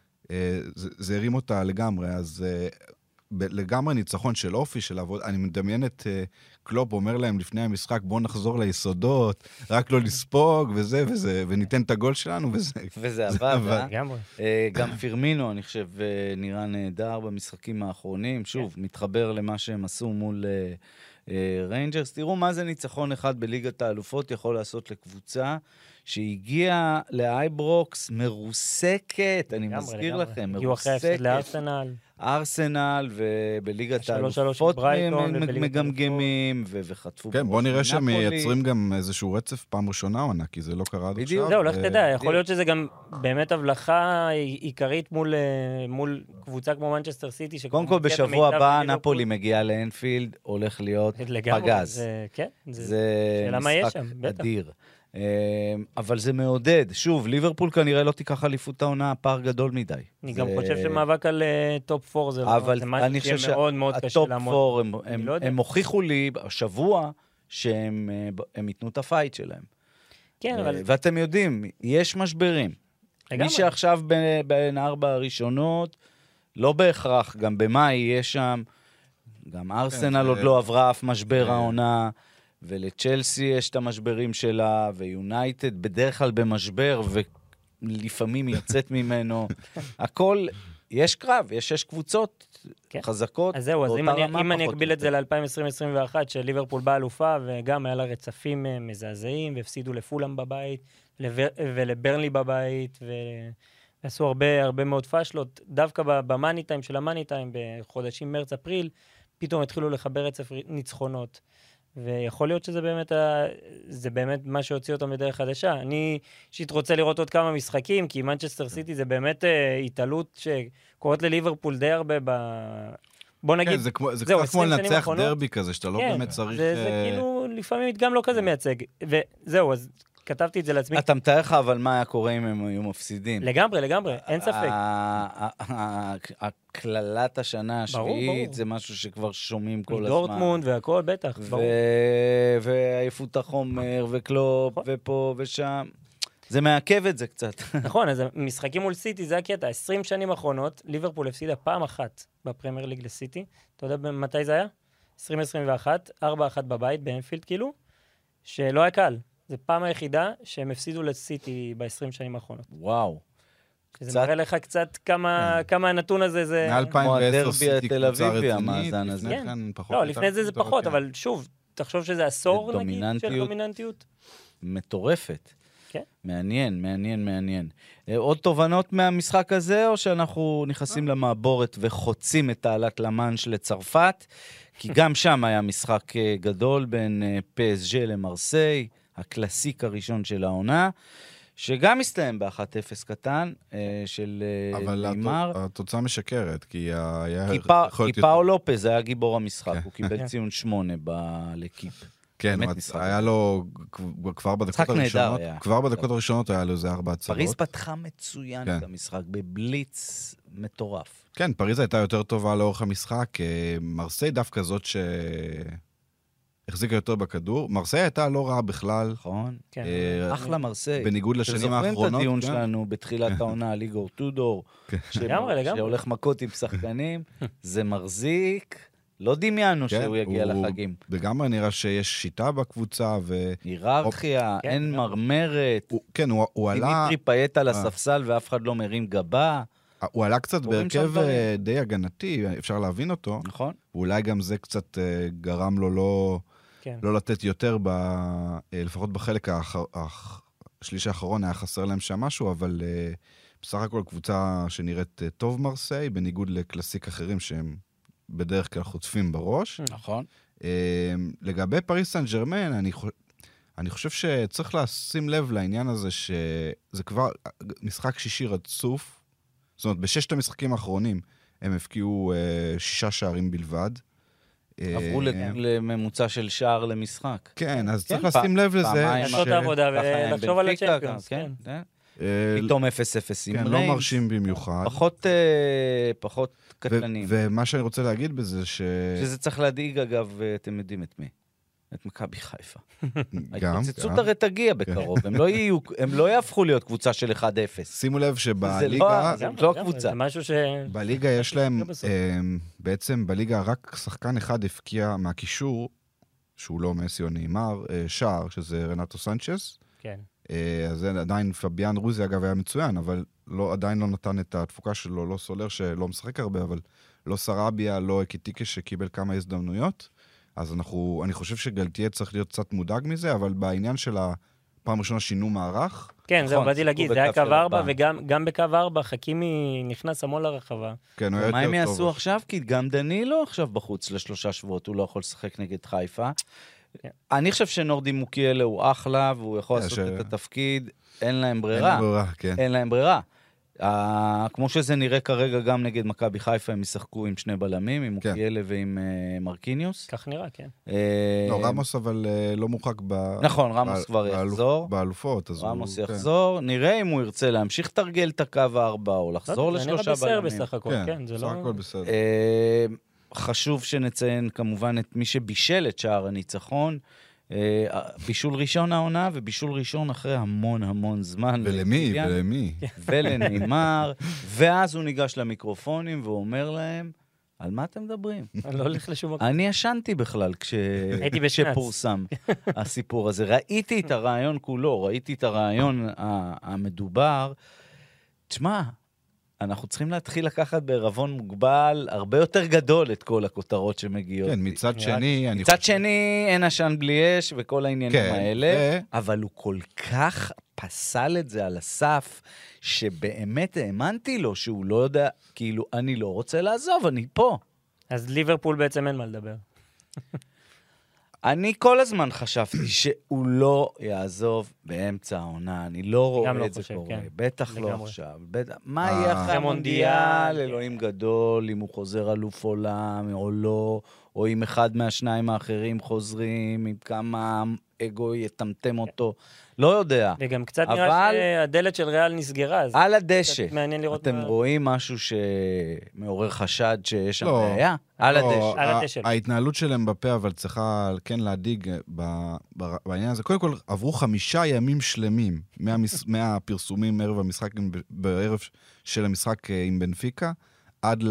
זה הרים אותה לגמרי, אז לגמרי ניצחון של אופי, של עבוד, אני מדמיין את קלופ אומר להם לפני המשחק, בואו נחזור ליסודות, רק לא לספוג, וזה, וניתן את הגול שלנו, וזה עבד. גם פירמינו, אני חושב, נראה נהדר במשחקים האחרונים, שוב, מתחבר למה שהם עשו מול... ריינג'רס, תראו מה זה ניצחון אחד בליגת האלופות יכול לעשות לקבוצה שהגיעה לאייברוקס מרוסקת, אני מזכיר לכם, מרוסקת. לארסנל. ארסנל ובליגת האלופות מגמגמים וחטפו. כן, בוא נראה שהם מייצרים גם איזשהו רצף פעם ראשונה עונה, כי זה לא קרה עד עכשיו. זהו, לך תדע, יכול להיות שזה גם באמת הבלחה עיקרית מול קבוצה כמו מנצ'סטר סיטי. קודם כל בשבוע הבא נפולי מגיעה לאנפילד, הולך להיות פגז. כן, זה משחק אדיר. אבל זה מעודד. שוב, ליברפול כנראה לא תיקח אליפות העונה, פער גדול מדי. אני גם חושב שמאבק על טופ 4 זה משהו שיהיה מאוד מאוד קשה לעמוד. הם הוכיחו לי השבוע שהם ייתנו את הפייט שלהם. כן, אבל... ואתם יודעים, יש משברים. מי שעכשיו בין 4 הראשונות, לא בהכרח, גם במאי יש שם, גם ארסנל עוד לא עברה אף משבר העונה, ולצ'לסי יש את המשברים שלה, ויונייטד בדרך כלל במשבר, ולפעמים יוצאת ממנו. הכל, יש קרב, יש 6 קבוצות חזקות. אז זהו, אז אם אני אקביל את זה ל-2020-2021, שליברפול באה אלופה, וגם היה לה רצפים מזעזעים, והפסידו לפולאם בבית, ולברנלי בבית, ועשו הרבה מאוד פשלות. דווקא במאני טיים של המאני טיים, בחודשים מרץ-אפריל, פתאום התחילו לחבר רצף ניצחונות. ויכול להיות שזה באמת מה שהוציא אותם לדרך חדשה. אני אישית רוצה לראות עוד כמה משחקים, כי מנצ'סטר סיטי זה באמת התעלות שקוראת לליברפול די הרבה בוא נגיד... זה קצת כמו לנצח דרבי כזה, שאתה לא באמת צריך... זה כאילו לפעמים גם לא כזה מייצג. וזהו, אז כתבתי את זה לעצמי. אתה מתאר לך אבל מה היה קורה אם הם היו מפסידים. לגמרי, אין ספק. הכללת השנה השביעית זה משהו שכבר שומעים כל הזמן. דורטמונד והכל, בטח. ועייפות החומר וקלופ ופה ושם. זה מעכב את זה קצת. נכון, אז משחקים מול סיטי זה הקטע. 20 שנים האחרונות, ליברפול הפסידה פעם אחת בפרמייר ליג לסיטי. אתה יודע מתי זה היה? 2021, 4-1 בבית, באנפילד כאילו, שלא היה קל. זה פעם היחידה שהם הפסידו לסיטי ב-20 שנים האחרונות. וואו. זה מראה לך קצת כמה הנתון הזה זה... מ-2010 סיטי קבוצה רצינית, לפני כן פחות. לא, לפני זה פחות, אבל שוב, תחשוב שזה עשור נגיד של דומיננטיות. מטורפת. מעניין. עוד תובנות מהמשחק הזה, או שאנחנו נכנסים למעבורת וחוצים את תעלת למאנש לצרפת? כי גם שם היה משחק גדול בין PSG למרסיי, הקלאסיק הראשון של העונה, שגם הסתיים ב-1-0 קטן של נאמר. אבל התוצאה משקרת, כי כי פאו לופז היה גיבור המשחק, הוא קיבל ציון 8 בלקיפ. כן, היה לו, כבר בדקות הראשונות היה לו איזה 4 הצלות. פריז פתחה מצוין את המשחק, בבליץ מטורף. כן, פריז הייתה יותר טובה לאורך המשחק, מרסיי דווקא זאת החזיקה יותר בכדור. מרסיי הייתה לא רעה בכלל. נכון. אחלה מרסיי. בניגוד לשנים האחרונות. שזוכרים את הדיון שלנו בתחילת העונה, ליגור טודור, שהולך מכות עם שחקנים, זה מחזיק, לא דמיינו שהוא יגיע לחגים. וגם נראה שיש שיטה בקבוצה, היררכיה, אין מרמרת. כן, הוא עלה... דימיטרי פייט על הספסל ואף אחד לא מרים גבה. הוא עלה קצת בהרכב די הגנתי, אפשר להבין אותו. נכון. ואולי גם זה קצת גרם לו לא לתת יותר, לפחות בחלק השליש האחרון היה חסר להם שם משהו, אבל בסך הכל קבוצה שנראית טוב מרסיי, בניגוד לקלאסיק אחרים שהם בדרך כלל חוטפים בראש. נכון. לגבי פריס סן ז'רמן, אני חושב שצריך לשים לב לעניין הזה שזה כבר משחק שישי רצוף, זאת אומרת, בששת המשחקים האחרונים הם הפקיעו 6 שערים בלבד. עברו לממוצע של שער למשחק. כן, אז צריך לשים לב לזה. לעשות העבודה ולחשוב על הצ'מפיונס, כן. פתאום 0-0 עם ריינס. כן, לא מרשים במיוחד. פחות קטלנים. ומה שאני רוצה להגיד בזה שזה צריך להדאיג, אגב, אתם יודעים את מי? את מכבי חיפה. גם. ההתפוצצות הרי תגיע בקרוב, הם לא יהפכו להיות קבוצה של 1-0. שימו לב שבליגה... זה לא הקבוצה. זה משהו ש... בליגה יש להם, בעצם בליגה רק שחקן אחד הפקיע מהקישור, שהוא לא מסי או נאמר, שער, שזה רנטו סנצ'ס. כן. אז עדיין פביאן רוזי, אגב, היה מצוין, אבל עדיין לא נתן את התפוקה שלו, לא סולר שלא משחק הרבה, אבל לא סרביה, לא אקיטיקה שקיבל כמה הזדמנויות. אז אני חושב שגלתיה צריך להיות קצת מודאג מזה, אבל בעניין של הפעם ראשונה שינו מערך. כן, זהו, באתי להגיד, זה היה קו 4, וגם בקו 4, חכימי נכנס המון לרחבה. כן, הוא היה יותר טוב. טוב. מה הם יעשו עכשיו? כי גם דנילו עכשיו בחוץ ל3 שבועות, הוא לא יכול לשחק נגד חיפה. אני חושב שנורדי מוקיאלה הוא אחלה, והוא יכול לעשות את התפקיד. אין להם ברירה. אין להם ברירה. כמו שזה נראה כרגע גם נגד מכבי חיפה, הם ישחקו עם 2 בלמים, עם מוקיאלה ועם מרקיניוס. כך נראה, כן. לא, רמוס אבל לא מורחק נכון, רמוס כבר יחזור. באלופות. רמוס יחזור, נראה אם הוא ירצה להמשיך תרגל את הקו 4, או לחזור ל3 בלמים. זה נראה בסדר בסך הכל, כן, זה לא... בסך הכל בסדר. חשוב שנציין כמובן את מי שבישל את שער הניצחון, בישול ראשון העונה, ובישול ראשון אחרי המון זמן. ולמי? ולנאמר, ואז הוא ניגש למיקרופונים ואומר להם, על מה אתם מדברים? אני לא הולך לשום מקום. אני ישנתי בכלל כשפורסם הסיפור הזה. ראיתי את הרעיון כולו, ראיתי את הרעיון המדובר. תשמע, אנחנו צריכים להתחיל לקחת בערבון מוגבל הרבה יותר גדול את כל הכותרות שמגיעות. כן, מצד שני... מצד שני, אין עשן בלי אש וכל העניינים האלה, אבל הוא כל כך פסל את זה על הסף, שבאמת האמנתי לו שהוא לא יודע, כאילו, אני לא רוצה לעזוב, אני פה. אז ליברפול בעצם אין מה לדבר. אני כל הזמן חשבתי שהוא לא יעזוב באמצע העונה, אני לא רואה את זה קורה, בטח לא עכשיו. מה יהיה אחרי המונדיאל, אלוהים גדול, אם הוא חוזר אלוף עולם או לא, או אם אחד מהשניים האחרים חוזרים, עם כמה אגו יטמטם אותו, לא יודע. וגם קצת נראה שהדלת של ריאל נסגרה. על הדשא. אתם רואים משהו שמעורר חשד שיש שם בעיה? על הדשא. ההתנהלות שלהם בפה, אבל צריכה כן להדיג בעניין הזה. קודם כל, עברו 5 ימים שלמים מהפרסומים ערב המשחק, בערב של המשחק עם בנפיקה, עד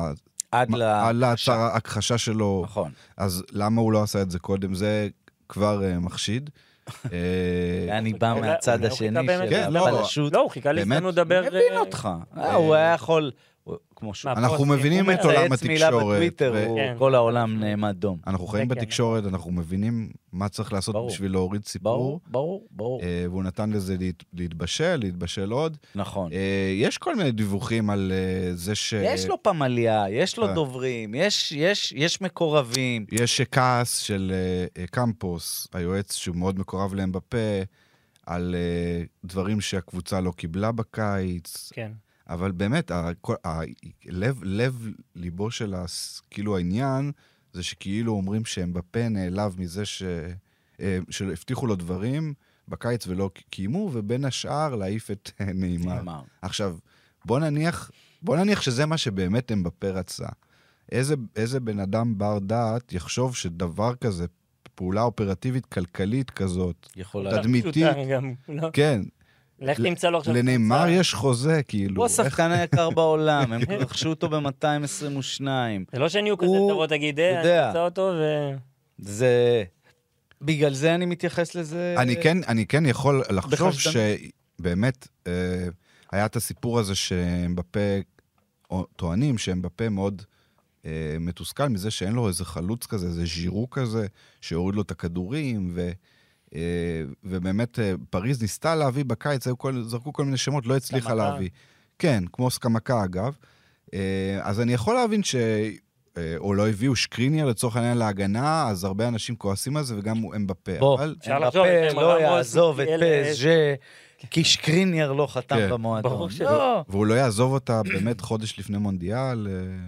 להכחשה שלו. נכון. אז למה הוא לא עשה את זה קודם? זה כבר מחשיד. אני בא מהצד השני של הפלשות. לא, הוא חיכה להזדמנות לדבר. מבין אותך. הוא היה יכול... אנחנו מבינים את עולם התקשורת. כל העולם נעמד דום. אנחנו חיים בתקשורת, אנחנו מבינים מה צריך לעשות בשביל להוריד סיפור. ברור. והוא נתן לזה להתבשל עוד. נכון. יש כל מיני דיווחים על זה ש... יש לו פמליה, יש לו דוברים, יש מקורבים. יש כעס של קמפוס, היועץ שהוא מאוד מקורב להם בפה, על דברים שהקבוצה לא קיבלה בקיץ. כן. אבל באמת, לב ליבו של כאילו העניין, זה שכאילו אומרים שהם בפה נעלב מזה שהבטיחו לו דברים בקיץ ולא קיימו, ובין השאר להעיף את נאמר. עכשיו, בוא נניח שזה מה שבאמת הם בפה רצה. איזה בן אדם בר דעת יחשוב שדבר כזה, פעולה אופרטיבית כלכלית כזאת, תדמיתית, כן, לך תמצא לו עכשיו. לנאמר יש חוזה, כאילו. הוא השחקן היקר בעולם, הם רכשו אותו ב-222. זה לא שאני הוא כזה תבוא תגיד, אני אמצא אותו ו... זה... בגלל זה אני מתייחס לזה... אני כן יכול לחשוב שבאמת היה את הסיפור הזה שבפה טוענים שהם בפה מאוד מתוסכל מזה שאין לו איזה חלוץ כזה, איזה ז'ירו כזה, שהוריד לו את הכדורים, ובאמת פריז ניסתה להביא בקיץ, זרקו כל מיני שמות, לא הצליחה להביא. כן, כמו סקמקה אגב. אז אני יכול להבין או לא הביאו שקריניאר לצורך העניין להגנה, אז הרבה אנשים כועסים על זה, וגם הם בפה. בוא, הם בפה לא יעזוב את PSG, כי שקריניאר לא חתם במועדון. והוא לא יעזוב אותה באמת חודש לפני מונדיאל.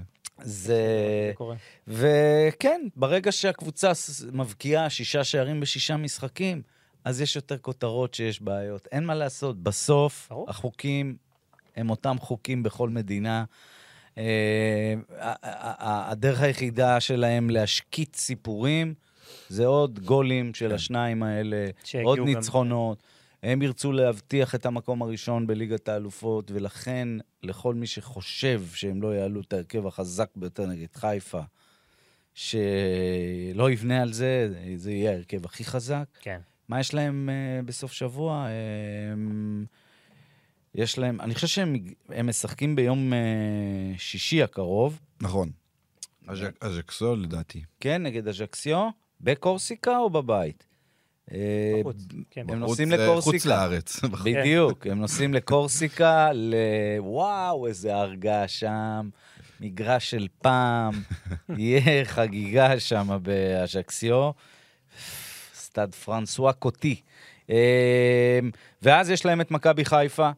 וכן, ברגע שהקבוצה מבקיעה 6 שערים ב6 משחקים, אז יש יותר כותרות שיש בעיות. אין מה לעשות. בסוף, החוקים הם אותם חוקים בכל מדינה. הדרך היחידה שלהם להשקיט סיפורים, זה עוד גולים של השניים האלה, עוד ניצחונות. הם ירצו להבטיח את המקום הראשון בליגת האלופות, ולכן לכל מי שחושב שהם לא יעלו את ההרכב החזק ביותר נגד חיפה, שלא יבנה על זה, זה יהיה ההרכב הכי חזק. כן. מה יש להם בסוף שבוע? יש להם, אני חושב שהם משחקים ביום שישי הקרוב. נכון. אז'קסיו לדעתי. כן, נגד אז'קסיו, בקורסיקה או בבית? הם נוסעים לקורסיקה. חוץ לארץ. בדיוק, הם נוסעים לקורסיקה, וואו, איזה הרגה שם, מגרש של פעם, יהיה חגיגה שם באז'קסיו, סטאד פרנסואה קוטי. ואז יש להם את מכבי חיפה,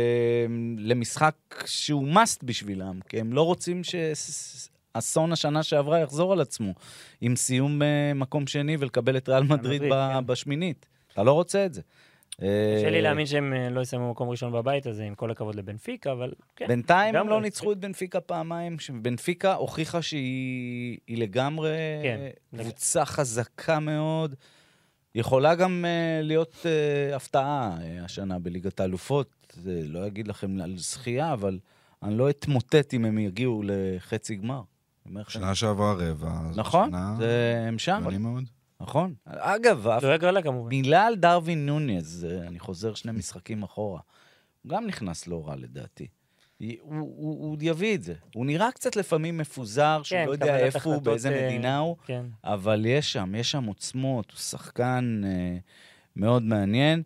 למשחק שהוא מאסט בשבילם, כי הם לא רוצים אסון השנה שעברה יחזור על עצמו, עם סיום מקום שני ולקבל את ריאל מדריד בשמינית. אתה לא רוצה את זה. קשה לי להאמין שהם לא יסיימו מקום ראשון בבית הזה, עם כל הכבוד לבנפיקה, אבל כן. בינתיים הם לא ניצחו את בנפיקה פעמיים, בנפיקה הוכיחה שהיא לגמרי קבוצה חזקה מאוד, יכולה גם להיות הפתעה השנה בליגת האלופות, לא אגיד לכם על זכייה, אבל אני לא אתמוטט אם הם יגיעו לחצי גמר. שנה שעברה רבע. נכון, הם שם. נכון. אגב, מילה על דרווין נוניז, אני חוזר 2 משחקים אחורה. הוא גם נכנס לא רע לדעתי. הוא יביא את זה. הוא נראה קצת לפעמים מפוזר, שהוא לא יודע איפה הוא, באיזה מדינה הוא, אבל יש שם עוצמות, הוא שחקן מאוד מעניין.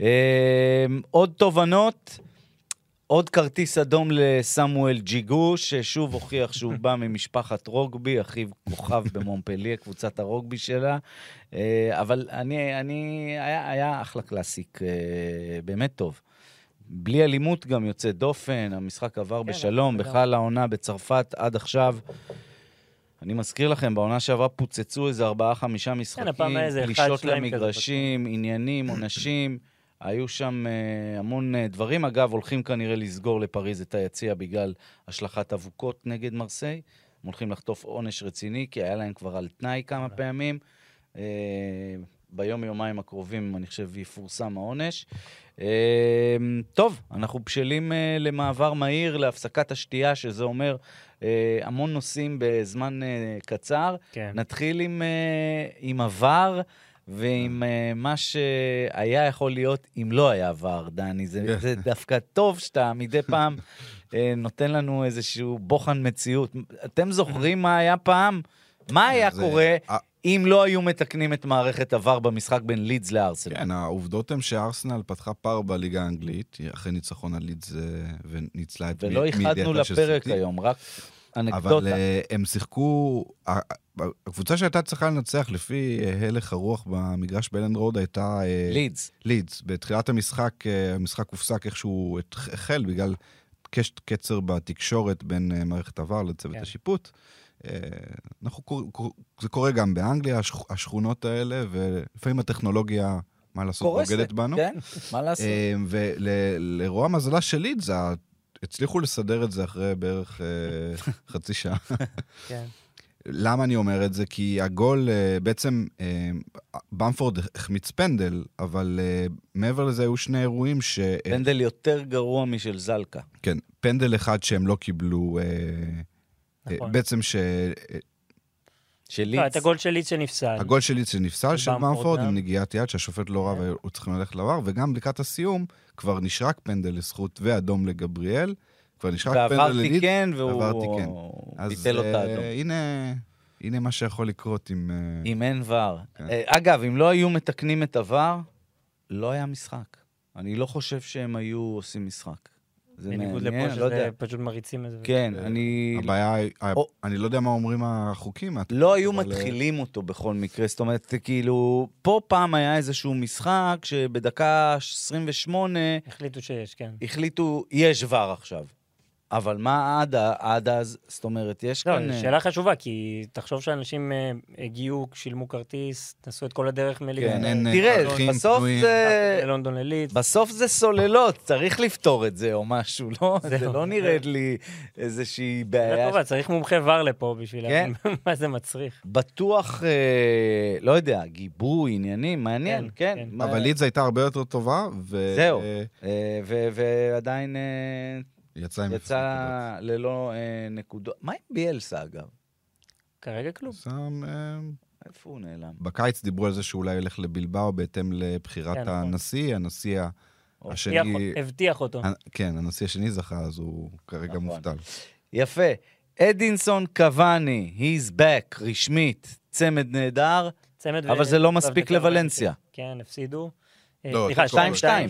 עוד תובנות, עוד כרטיס אדום לסמואל ג'יגו, ששוב הוכיח שהוא בא ממשפחת רוגבי, אחיו כוכב במונפליה, קבוצת הרוגבי שלה, אבל היה אחלה קלאסיק, באמת טוב. בלי אלימות גם יוצא דופן, המשחק עבר בשלום, בכלל העונה בצרפת עד עכשיו. אני מזכיר לכם, בעונה שעברה פוצצו איזה 4-5 משחקים, פלישות למגרשים, עניינים, עונשים, היו שם המון דברים. אגב, הולכים כנראה לסגור לפריז את היציע בגלל השלכת אבוקות נגד מרסיי. הם הולכים לחטוף עונש רציני, כי היה להם כבר על תנאי כמה פעמים. ביום-יומיים הקרובים, אני חושב, יפורסם העונש. טוב, אנחנו בשלים למעבר מהיר, להפסקת השתייה, שזה אומר המון נושאים בזמן קצר. כן. נתחיל עם עבר, ועם מה שהיה יכול להיות אם לא היה עבר, דני. זה דווקא טוב שאתה מדי פעם נותן לנו איזשהו בוחן מציאות. אתם זוכרים מה היה פעם? מה היה קורה אם לא היו מתקנים את מערכת עבר במשחק בין לידס לארסנל? כן, העובדות הן שארסנל פתחה פער בליגה האנגלית, אחרי ניצחון על לידס וניצלה את ולא ייחדנו לפרק היום, רק אנקדוטה. אבל הם שיחקו, הקבוצה שהייתה צריכה לנצח לפי הלך הרוח במגרש באלנד רוד הייתה לידס. בתחילת המשחק הופסק איכשהו החל בגלל קצר בתקשורת בין מערכת עבר לצוות השיפוט. זה קורה גם באנגליה, השכונות האלה, ולפעמים הטכנולוגיה, מה לעשות, בוגדת בנו. כן, מה לעשות. ולרוע המזלה של לידס, הצליחו לסדר את זה אחרי בערך חצי שעה. כן. למה אני אומר את זה? כי הגול, בעצם, במפורד החמיץ פנדל, אבל מעבר לזה היו 2 אירועים פנדל יותר גרוע משל זלקה. כן, פנדל אחד שהם לא קיבלו, בעצם את הגול של לידס שנפסל. הגול של לידס שנפסל, של במפורד, עם נגיעת יד, שהשופט לא רב, והיו צריכים ללכת לבר, וגם לקראת הסיום, כבר נשרק פנדל לזכות ואדום לגבריאל, כבר נשחק פנדל ללידס. ועברתי כן, והוא ביטל אותה אדום. הנה מה שיכול לקרות אם אין ור. אגב, אם לא היו מתקנים את הוור, לא היה משחק. אני לא חושב שהם היו עושים משחק. בניגוד לפה שזה פשוט מריצים את זה. כן, הבעיה, אני לא יודע מה אומרים החוקים. לא היו מתחילים אותו בכל מקרה, זאת אומרת, כאילו, פה פעם היה איזשהו משחק שבדקה 28... החליטו שיש, כן. החליטו, יש ור עכשיו. אבל מה עד אז, זאת אומרת, יש כאן... לא, שאלה חשובה, כי תחשוב שאנשים הגיעו, שילמו כרטיס, נסו את כל הדרך תראה, בסוף זה... ללונדון ללידס. בסוף זה סוללות, צריך לפתור את זה או משהו, לא? זה לא נראה לי איזושהי בעיה. זה טובה, צריך מומחה ור לפה בשביל מה זה מצריך. בטוח, לא יודע, גיבוי, עניינים, מעניין, כן. אבל לידס הייתה הרבה יותר טובה, זהו, ועדיין... יצא ללא נקודות. מה עם ביאלסה, אגב? כרגע כלום. איפה הוא נעלם? בקיץ דיברו על זה שאולי ילך לבלבאו בהתאם לבחירת הנשיא. הנשיא השני... הבטיח אותו. כן, הנשיא השני זכה, אז הוא כרגע מובטל. יפה. אדינסון קוואני, he's back, רשמית, צמד נהדר, אבל זה לא מספיק לוולנסיה. כן, הפסידו. סליחה, 2-2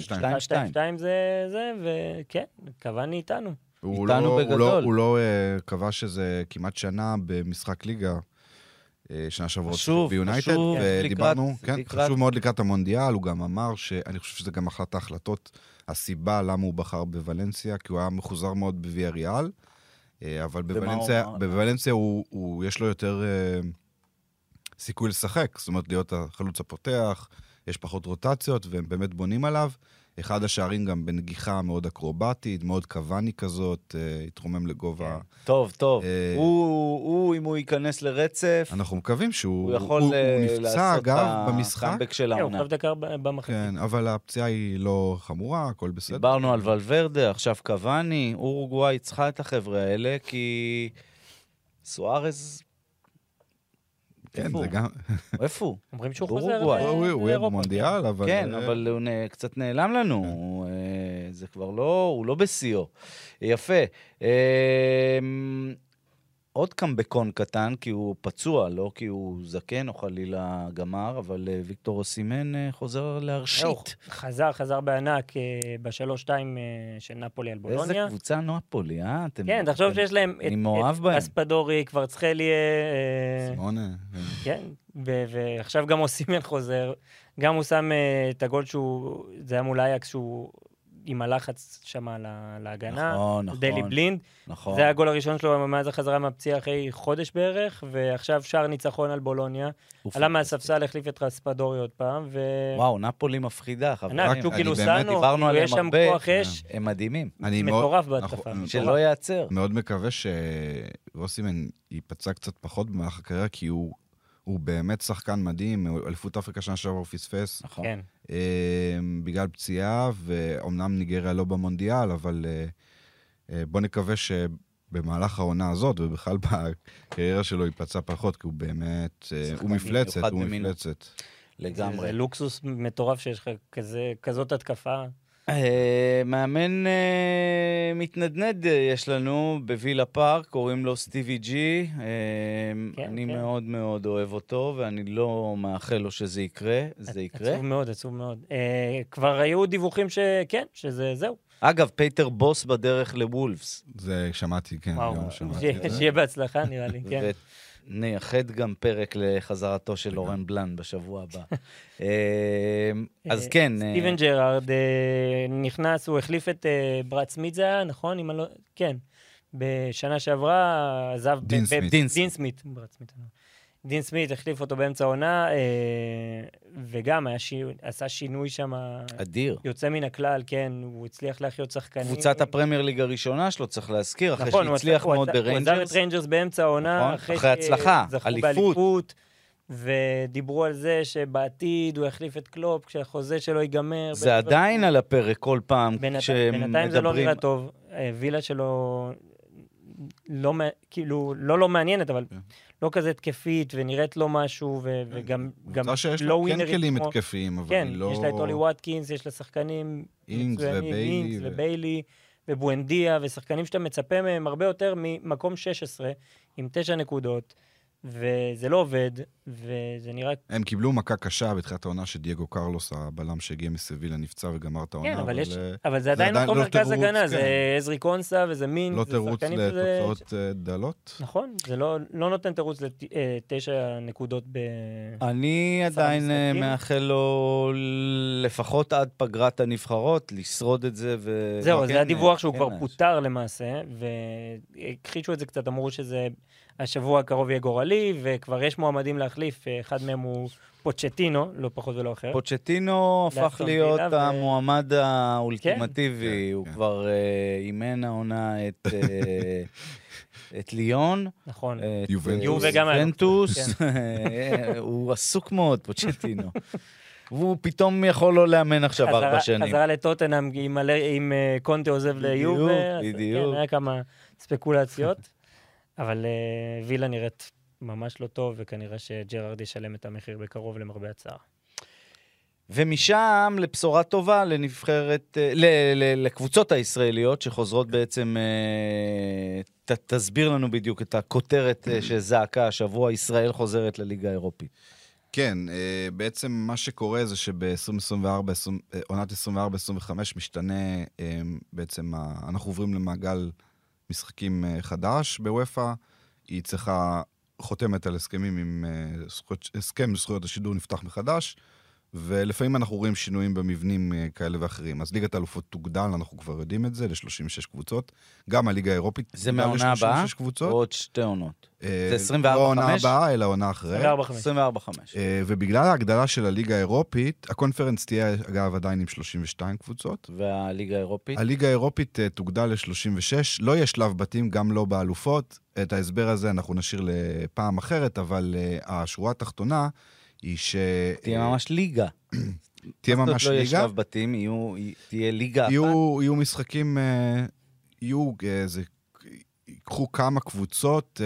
זה, וכן, קוואני איתנו. איתנו בגדול. הוא לא קבע שזה כמעט שנה במשחק ליגה, שנה שבועות ביונייטד, ודיברנו, כן, חשוב מאוד לקראת המונדיאל, הוא גם אמר שאני חושב שזה גם אחת ההחלטות, הסיבה למה הוא בחר בוולנסיה, כי הוא היה מחוזר מאוד בוויאריאל, אבל בוולנסיה יש לו יותר סיכוי לשחק, זאת אומרת להיות החלוץ הפותח, יש פחות רוטציות, והם באמת בונים עליו. אחד השערים גם בנגיחה מאוד אקרובטית, מאוד קוואני כזאת, התרומם לגובה. טוב. הוא, אם הוא ייכנס לרצף... אנחנו מקווים שהוא... הוא יכול נפצע, אגב, במשחק. הוא חייב דקה במחצית. כן, אבל הפציעה היא לא חמורה, הכל בסדר. דיברנו על ולוורדה, עכשיו קוואני, אורוגוואי צריכה את החבר'ה האלה, כי סוארז... כן, זה גם... איפה הוא? אומרים שהוא חוזר הוא יהיה במונדיאל, אבל... כן, אבל הוא קצת נעלם לנו. זה כבר לא... הוא לא בסיו. יפה. עוד קמבקון קטן, כי הוא פצוע, לא כי הוא זקן או חלילה גמר, אבל ויקטור אוסימן חוזר להרשית. חזר בענק ב3-2 של נפולי על בולוניה. איזה קבוצה נפולי, אה? כן, תחשוב שיש להם את אספדורי, קוורצחליה. סימונה. כן, ועכשיו גם אוסימן חוזר. גם הוא שם את הגול שהוא, זה היה מול אייקס שהוא... עם הלחץ שם להגנה, דלי בלינד. נכון. זה הגול הראשון שלו מאז החזרה מהפציעה אחרי חודש בערך, ועכשיו שער ניצחון על בולוניה. עלה מהספסל, החליף את רספדורי עוד פעם, וואו, נפולי מפחידה. צ'וקי לוסאנו, יש שם כוח אש. הם מדהימים. מטורף בהתקפה. שלא ייעצר. מאוד מקווה שאוסימן ייפצע קצת פחות במהלך הקריירה, כי הוא באמת שחקן מדהים, אליפות אפריקה שנה שעברה הוא פספס. נכון. כן. בגלל פציעה, ואומנם ניגריה לא במונדיאל, אבל בוא נקווה שבמהלך העונה הזאת, ובכלל בקריירה שלו ייפצע פחות, כי הוא באמת, הוא מפלצת. לגמרי. זה לוקסוס מטורף שיש לך כזאת התקפה. מאמן מתנדנד יש לנו בווילה פארק, קוראים לו סטיבי ג'י. אני מאוד מאוד אוהב אותו, ואני לא מאחל לו שזה יקרה. זה יקרה. עצוב מאוד. כבר היו דיווחים שכן, שזה זהו. אגב, פייטר בוס בדרך לוולפס. זה שמעתי, כן. שיהיה בהצלחה, נראה לי, כן. נייחד גם פרק לחזרתו של לורן בלן בשבוע הבא. אז כן. סטיבן ג'רארד נכנס, הוא החליף את ברד סמית זה היה, נכון? כן. בשנה שעברה עזב... דין סמית. דין סמית החליף אותו באמצע העונה, וגם עשה שינוי שם... אדיר. יוצא מן הכלל, כן, הוא הצליח להחיות שחקנים. קבוצת הפרמייר ליג הראשונה שלו, צריך להזכיר, אחרי שהצליח מאוד בריינג'רס. הוא עזב את ריינג'רס באמצע העונה, אחרי הצלחה, אליפות. ודיברו על זה שבעתיד הוא יחליף את קלופ, כשהחוזה שלו ייגמר. זה עדיין על הפרק כל פעם בינתיים זה לא נראה טוב. וילה שלו לא מעניינת, אבל לא כזה התקפית, ונראית לו משהו, וגם לא ווינרית. כן כלים התקפיים, אבל לא... כן, יש לה את אולי וואטקינס, יש לה שחקנים אינגס וביילי, ובואנדיה, ושחקנים שאתה מצפה מהם הרבה יותר ממקום 16, עם 9 נקודות, וזה לא עובד, וזה נראה... הם קיבלו מכה קשה בתחילת העונה שדייגו קרלוס, הבלם שהגיע מסבילה, נפצע וגמר את העונה. כן, אבל זה עדיין מקום מרכז הגנה, זה עזרי קונסה וזה מין... לא תירוץ לתוצאות דלות. נכון, זה לא נותן תירוץ ל9 נקודות ב... אני עדיין מאחל לו לפחות עד פגרת הנבחרות, לשרוד את זה זהו, זה הדיווח שהוא כבר פוטר למעשה, והכחישו את זה קצת, אמרו שזה... השבוע הקרוב יהיה גורלי, וכבר יש מועמדים להחליף, אחד מהם הוא פוצ'טינו, לא פחות ולא אחר. פוצ'טינו הפך להיות המועמד האולטימטיבי, הוא כבר אימן העונה את ליון, נכון, יובנטוס, הוא עסוק מאוד, פוצ'טינו. והוא פתאום יכול לא לאמן עכשיו 4 שנים. חזרה לטוטנהאם עם קונטה עוזב ליובה, בדיוק. היה כמה ספקולציות. אבל וילה נראית ממש לא טוב, וכנראה שג'רארד ישלם את המחיר בקרוב למרבה הצער. ומשם לבשורה טובה לנבחרת, לקבוצות הישראליות שחוזרות בעצם, תסביר לנו בדיוק את הכותרת שזעקה השבוע, ישראל חוזרת לליגה האירופית. כן, בעצם מה שקורה זה שב-2024, עונת 24-25 משתנה, בעצם אנחנו עוברים למעגל משחקים חדש בוופא, היא צריכה חותמת על הסכמים עם הסכם זכויות השידור נפתח מחדש, ולפעמים אנחנו רואים שינויים במבנים כאלה ואחרים. אז ליגת האלופות תוגדל, אנחנו כבר יודעים את זה, ל-36 קבוצות. גם הליגה האירופית זה מהעונה הבאה? עוד 2 עונות. זה 24-5? לא העונה הבאה, אלא העונה אחרי. 24-5. ובגלל ההגדלה של הליגה האירופית, הקונפרנס תהיה, אגב, עדיין עם 32 קבוצות. והליגה האירופית? הליגה האירופית תוגדל ל-36, לא יש שלב בתים, גם לא באלופות. את ההסבר הזה אנחנו נשאיר לפעם אחרת, אבל השורה התחתונה היא ש... תהיה ממש ליגה. תהיה ממש ליגה. לא יש שלב בתים, תהיה ליגה אחת. יהיו משחקים, יקחו כמה קבוצות,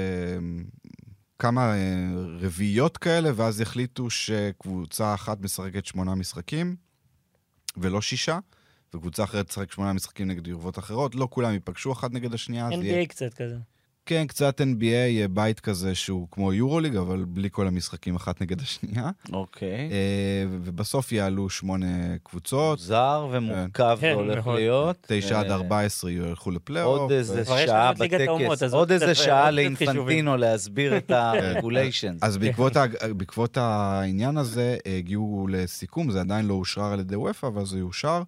כמה רביעיות כאלה, ואז יחליטו שקבוצה אחת משחקת 8 משחקים, ולא 6, וקבוצה אחרת תשחק 8 משחקים נגד יריבות אחרות, לא כולם ייפגשו אחד נגד השנייה. NBA קצת כזה. כן, קצת NBA, בית כזה שהוא כמו יורוליג, אבל בלי כל המשחקים אחת נגד השנייה. אוקיי. ובסוף יעלו 8 קבוצות. זר ומורכב הולך להיות. 9 עד 14 ילכו לפלייאוף. עוד איזה שעה בטקס, עוד איזה שעה לאינפנטינו להסביר את הרגוליישן. אז בעקבות העניין הזה הגיעו לסיכום, זה עדיין לא אושרר על ידי וופא, אבל זה יאושר,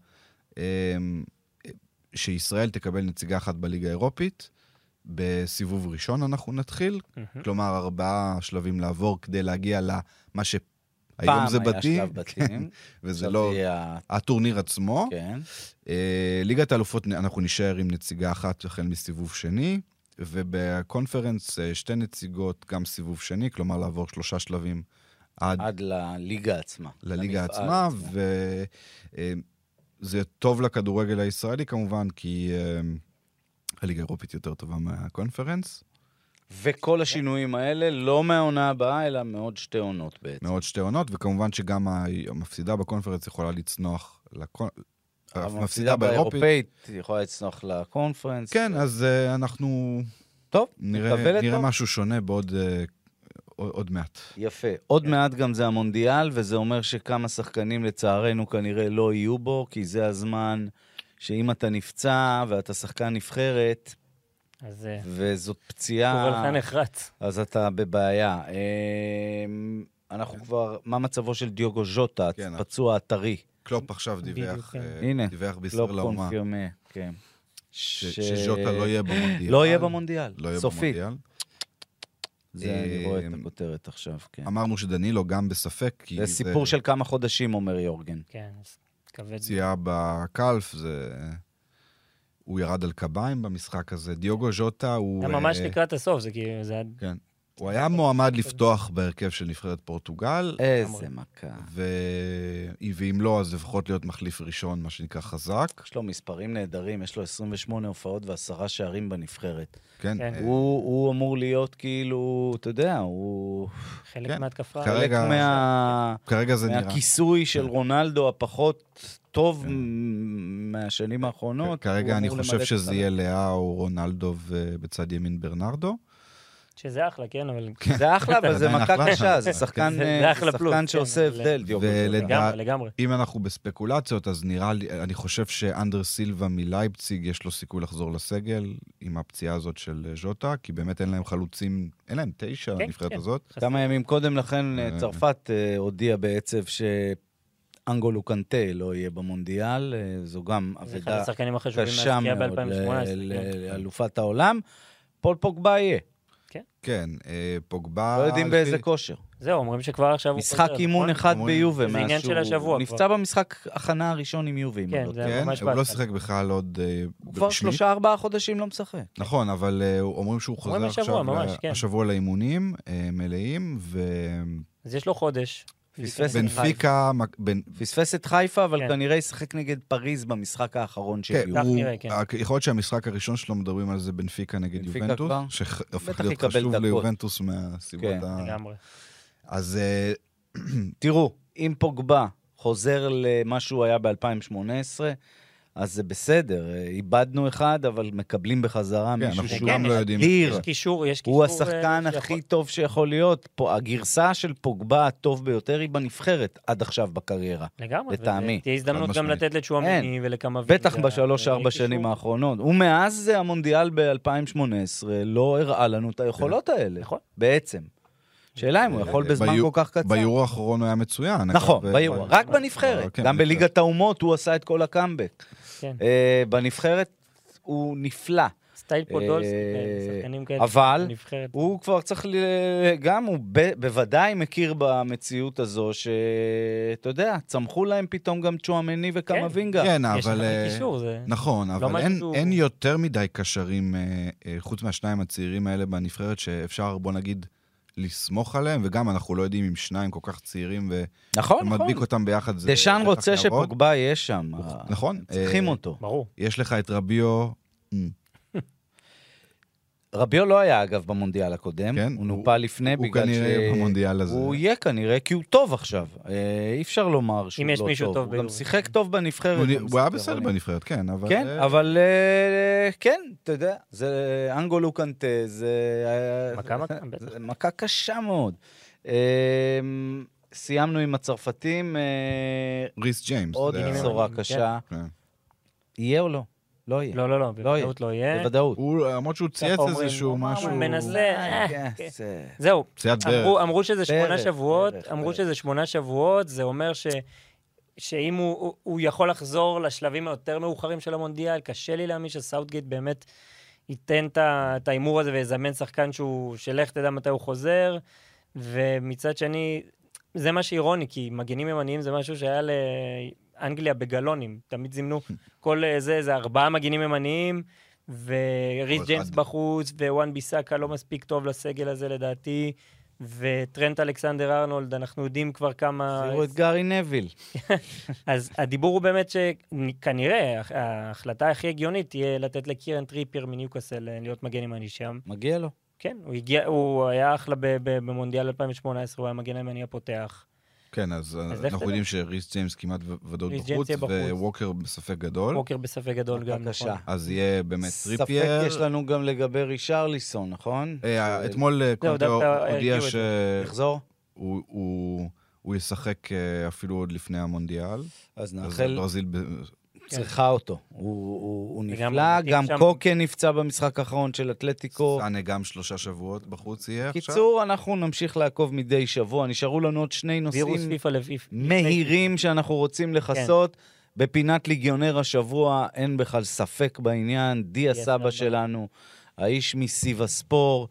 שישראל תקבל נציגה אחת בליגה האירופית, בסיבוב ראשון אנחנו נתחיל, כלומר 4 שלבים לעבור כדי להגיע למה שהיום זה בתים, וזה לא הטורניר עצמו. ליגת האלופות אנחנו נשאר עם נציגה אחת החל מסיבוב שני, ובקונפרנס 2 נציגות גם סיבוב שני, כלומר לעבור 3 שלבים עד לליגה עצמה. לליגה עצמה, וזה טוב לכדורגל הישראלי כמובן, כי... הליגה האירופית יותר טובה מהקונפרנס. וכל השינויים האלה לא מהעונה הבאה, אלא מעוד 2 עונות בעצם. מעוד 2 עונות, וכמובן שגם המפסידה בקונפרנס יכולה לצנוח, המפסידה באירופית יכולה לצנוח לקונפרנס. כן, אז אנחנו נראה משהו שונה עוד מעט. יפה. עוד מעט גם זה המונדיאל, וזה אומר שכמה שחקנים לצערנו כנראה לא יהיו בו, כי זה הזמן... שאם אתה נפצע ואתה שחקן נבחרת, וזאת פציעה, אז אתה בבעיה. אנחנו כבר, מה מצבו של דיוגו ז'וטה, פצוע הטרי? קלופ עכשיו דיווח בישראל לאומה. קלופ קונפירמה, כן. שז'וטה לא יהיה במונדיאל. לא יהיה במונדיאל, סופית. זה אני רואה את הכותרת עכשיו, כן. אמרנו שדנילו גם בספק. זה סיפור של כמה חודשים, אומר יורגן. כן, פציעה בקלף, הוא ירד על קביים במשחק הזה. דיוגו ז'וטה הוא... היה ממש לקראת הסוף, זה כאילו... כן. הוא היה מועמד לפתוח בהרכב של נבחרת פורטוגל. איזה מכה. ואם לא, אז לפחות להיות מחליף ראשון, מה שנקרא חזק. יש לו מספרים נהדרים, יש לו 28 הופעות ו10 שערים בנבחרת. כן. הוא אמור להיות כאילו, אתה יודע, הוא... חלק מהתקפה. חלק מהכיסוי של רונלדו הפחות טוב מהשנים האחרונות. כרגע אני חושב שזה יהיה לאה או רונלדו ובצד ימין ברנרדו. שזה אחלה, כן, אבל... זה אחלה, אבל זה מכה קשה, זה שחקן שעושה הבדל. לגמרי. אם אנחנו בספקולציות, אז נראה לי, אני חושב שאנדר סילבה מלייפציג יש לו סיכוי לחזור לסגל עם הפציעה הזאת של ז'וטה, כי באמת אין להם חלוצים, אין להם 9 הנבחרת הזאת. כמה ימים קודם לכן צרפת הודיע בעצב אנגולו קנטה לא יהיה במונדיאל, זו גם עבודה קשה מאוד לאלופת העולם. פול פוגבה יהיה. כן, פוגבה... לא יודעים באיזה כושר. זהו, אומרים שכבר עכשיו... משחק אימון אחד ביובה. זה עניין של השבוע. הוא נפצע במשחק הכנה הראשון עם יובה. כן, זה ממש הוא לא שיחק בכלל עוד... הוא כבר 3-4 חודשים לא משחק. נכון, אבל אומרים שהוא חוזר עכשיו השבוע לאימונים מלאים, אז יש לו חודש. פספס את חיפה, אבל כנראה ישחק נגד פריז במשחק האחרון של יובה. יכול להיות שהמשחק הראשון שלו מדברים על זה בנפיקה נגד יובנטוס, שהופך להיות חשוב ליובנטוס מהסיבות לגמרי. אז תראו, אם פוגבה חוזר למה שהוא היה ב-2018, אז זה בסדר, איבדנו אחד, אבל מקבלים בחזרה מישהו שהוא יש קישור. הוא השחקן הכי טוב שיכול להיות. הגרסה של פוגבה הטוב ביותר היא בנבחרת עד עכשיו בקריירה. לגמרי, לטעמי. תהיה הזדמנות גם לתת לצ'ואמני ולקמבינגה. בטח ב3-4 שנים האחרונות. ומאז המונדיאל ב-2018 לא הראה לנו את היכולות האלה. בעצם. שאלה אם הוא יכול בזמן כל כך קצר. ביורו האחרון הוא היה מצוין. נכון, ביורו. רק בנבחרת. גם בליגת האומות הוא עשה את כל הקאמבק. בנבחרת הוא נפלא. סטייל פודולסקי, שחקנים כאלה. אבל הוא כבר צריך, גם הוא בוודאי מכיר במציאות הזו, שאתה יודע, צמחו להם פתאום גם צ'ואמני וקמבינגה. כן, אבל... נכון, אבל אין יותר מדי קשרים, חוץ מהשניים הצעירים האלה בנבחרת, שאפשר, בוא נגיד, לסמוך עליהם, וגם אנחנו לא יודעים אם שניים כל כך צעירים, ומדביק אותם ביחד. דשאן רוצה שפוגבה יהיה שם. נכון. צריכים אותו. ברור. יש לך את רביו... רביו לא היה אגב במונדיאל הקודם, הוא נופה לפני בגלל הוא כנראה במונדיאל הזה. הוא יהיה כנראה, כי הוא טוב עכשיו. אי אפשר לומר שהוא לא טוב. הוא גם שיחק טוב בנבחרת. הוא היה בסדר בנבחרת, כן. כן, אבל כן, אתה יודע, זה אנגולו קנטה, זה מכה קשה מאוד. סיימנו עם הצרפתים. ריס ג'יימס. עוד בשורה קשה. יהיה או לא? לא יהיה. לא, בוודאות לא יהיה. בוודאות. למרות שהוא צייץ איזשהו משהו... מנסה, זהו. אמרו שזה 8 שבועות, זה אומר שאם הוא יכול לחזור לשלבים היותר מאוחרים של המונדיאל, קשה לי להאמין שסאוטגייט באמת ייתן את האימור הזה ויזמן שחקן שלך תדע מתי הוא חוזר, ומצד שני, זה מה שאירוני, כי מגנים ימניים זה משהו שהיה אנגליה בגלונים, תמיד זימנו כל זה 4 מגינים ימניים, וריס ג'יימס בחוץ, ווואן ביסאקה לא מספיק טוב לסגל הזה לדעתי, וטרנט אלכסנדר ארנולד, אנחנו יודעים כבר כמה... תראו את גארי נביל. אז הדיבור הוא באמת שכנראה ההחלטה הכי הגיונית תהיה לתת לקירן טריפייר מניוקאסל להיות מגן ימני שם. מגיע לו. כן, הוא היה אחלה במונדיאל 2018, הוא היה מגן ימני הפותח. כן, אז אנחנו יודעים שריס ג'יימס כמעט ודאות בחוץ, וווקר בספק גדול. ווקר בספק גדול גם, נכון. אז יהיה באמת טריפייר. ספק יש לנו גם לגבי רישרליסון, נכון? אתמול קונטה הודיע שהוא ישחק אפילו עוד לפני המונדיאל. אז נאחל... ברזיל... צריכה אותו. הוא נפלא, גם קוקה נפצע במשחק האחרון של אתלטיקו. סאנה גם 3 שבועות בחוץ יהיה עכשיו. קיצור, אנחנו נמשיך לעקוב מדי שבוע. נשארו לנו עוד 2 נושאים מהירים שאנחנו רוצים לחסות. בפינת ליגיונר השבוע אין בכלל ספק בעניין. דיה סבא שלנו, האיש מסיב הספור,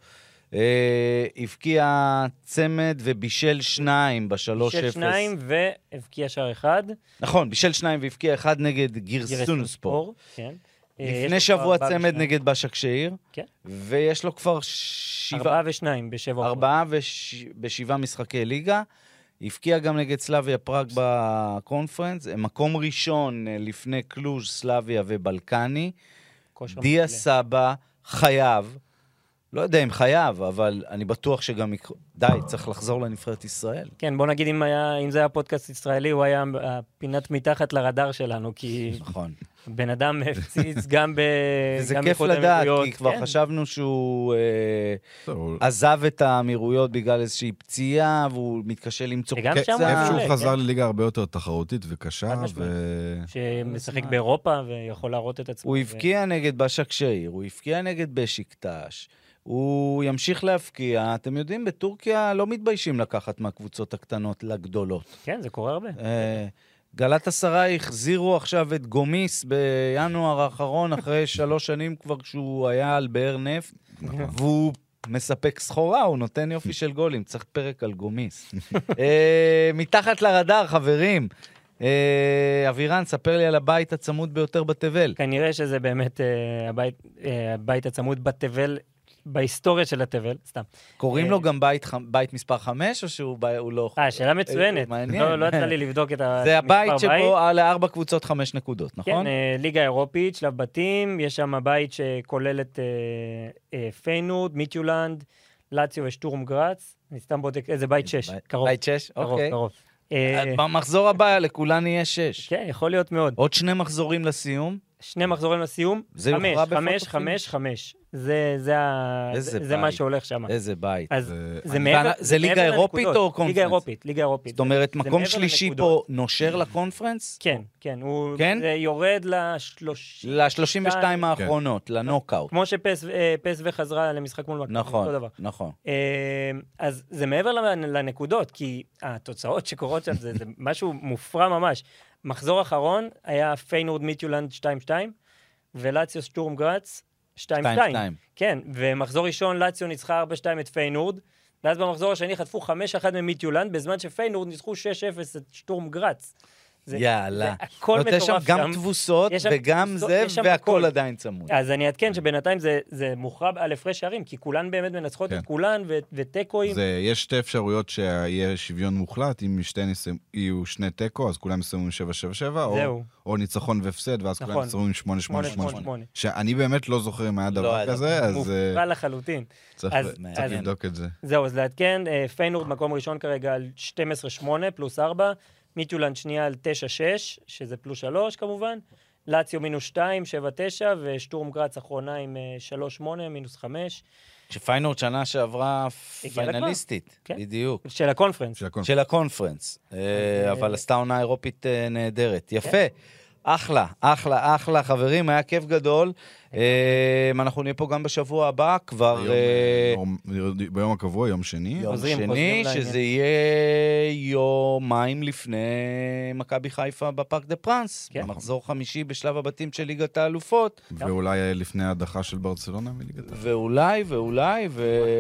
הבקיע צמד ובישל 2 ב-3-0. בישל 2 והבקיע שער 1. נכון, בישל 2 והבקיע 1 נגד גירסונספור. לפני שבוע צמד נגד בשק שעיר. ויש לו כבר 4 ו2 ב7. 4 ב7 משחקי ליגה. הבקיע גם נגד סלאביה פראג בקונפרנס. מקום ראשון לפני קלוז', סלאביה ובלקני. דיה סבא חייב לא יודע אם חייב, אבל אני בטוח שגם די, צריך לחזור לנבחרת ישראל. כן, בוא נגיד, אם זה היה פודקאסט ישראלי, הוא היה פינת מתחת לרדאר שלנו, כי... נכון. בן אדם הפציץ גם זה כיף לדעת, כי כבר חשבנו שהוא עזב את האמירויות בגלל איזושהי פציעה, והוא מתקשה למצוא קצה. איפשהו חזר לליגה הרבה יותר תחרותית וקשה. שמשחק באירופה ויכול להראות את עצמו. הוא הבקיע נגד בשקשיר, הוא הבקיע נגד בשיקטש, הוא ימשיך להפקיע. אתם יודעים, בטורקיה לא מתביישים לקחת מהקבוצות הקטנות לגדולות. כן, זה קורה הרבה. גלאטסראי החזירו עכשיו את גומיס בינואר האחרון, אחרי 3 שנים כבר כשהוא היה על באר נפט, והוא מספק סחורה, הוא נותן יופי של גולים, צריך פרק על גומיס. מתחת לרדאר, חברים, אבירן, ספר לי על הבית הצמוד ביותר בתבל. כנראה שזה באמת הבית הצמוד בתבל, בהיסטוריה של התבל, סתם. קוראים לו גם בית מספר 5, או שהוא לא... שאלה מצוינת. לא יצא לי לבדוק את המספר בית. זה הבית שבו על 4 קבוצות 5 נקודות, נכון? כן, ליגה אירופית, שלב בתים, יש שם בית שכולל את פיינורד, מיטיולנד, לאציו ושטורם גראץ. אני סתם בודק, איזה בית 6, קרוב. בית 6? אוקיי. קרוב. במחזור הבא לכולן יהיה 6. כן, יכול להיות מאוד. עוד 2 מחזורים לסיום. 2 מחזורים לסיום, 5. זה מה שהולך שם. איזה בית. זה ליגה אירופית או קונפרנס? ליגה אירופית. זאת אומרת, מקום שלישי פה נושר לקונפרנס? כן. הוא יורד ל-32 האחרונות, לנוקאוט. כמו שפס וחזרה למשחק מול מכבי. נכון. אז זה מעבר לנקודות, כי התוצאות שקורות שם זה משהו מופרע ממש. מחזור אחרון היה פיינורד מיטיולנד 2-2, ולאציו שטורם גראץ 2-2. כן, ומחזור ראשון לאציו ניצחה 4-2 את פיינורד, ואז במחזור השני חטפו 5-1 ממיטיולנד, בזמן שפיינורד ניצחו 6-0 את שטורם גראץ. יאללה. הכל מטורף שם. גם תבוסות וגם זה, והכל עדיין צמוד. אז אני אעדכן שבינתיים זה מוכרע על הפרש שערים, כי כולן באמת מנצחות את כולן, וטקואים. יש 2 אפשרויות שיהיה שוויון מוחלט, אם יהיו 2 טקו, אז כולם יסיימו 7-7-7, או ניצחון והפסד, ואז כולם יסיימו 8-8-8. שאני באמת לא זוכר אם היה דבר כזה, אז... מופרע לחלוטין. צריך לבדוק את זה. זהו, אז לעדכן, פיינורד מקום ראשון כרגע על 12-8 פלוס 4, מיטיולנד שנייה על 9-6, שזה פלוס 3 כמובן, לאציו מינוס 2, 7-9, ושטורם גראץ אחרונה עם 3-8, מינוס 5. שפיינורד שנה שעברה פיינליסטית, בדיוק. של הקונפרנס. של הקונפרנס, אבל עשתה עונה אירופית נהדרת. יפה. אחלה, חברים, היה כיף גדול. אנחנו נהיה פה גם בשבוע הבא, כבר... ביום הקבוע, יום שני. יום שני, שזה יהיה יומיים לפני מכבי חיפה בפארק דה פרנס. מחזור 5 בשלב הבתים של ליגת האלופות. ואולי לפני ההדחה של ברצלונה מליגת האלופות. ואולי,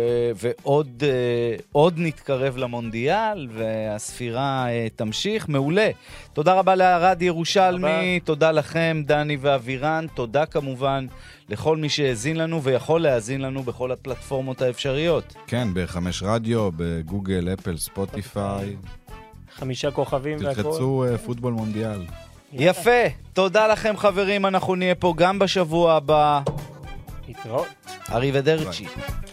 ועוד נתקרב למונדיאל, והספירה תמשיך. מעולה. תודה רבה לארד ירושלמי, תודה לכם, דני ואבירן, תודה כמובן לכל מי שהאזין לנו ויכול להאזין לנו בכל הפלטפורמות האפשריות. כן, ב5 רדיו, בגוגל, אפל, ספוטיפיי. 5 כוכבים והכל. תלחצו פוטבול מונדיאל. יפה, תודה לכם חברים, אנחנו נהיה פה גם בשבוע הבא. להתראות. אריבדרצ'י.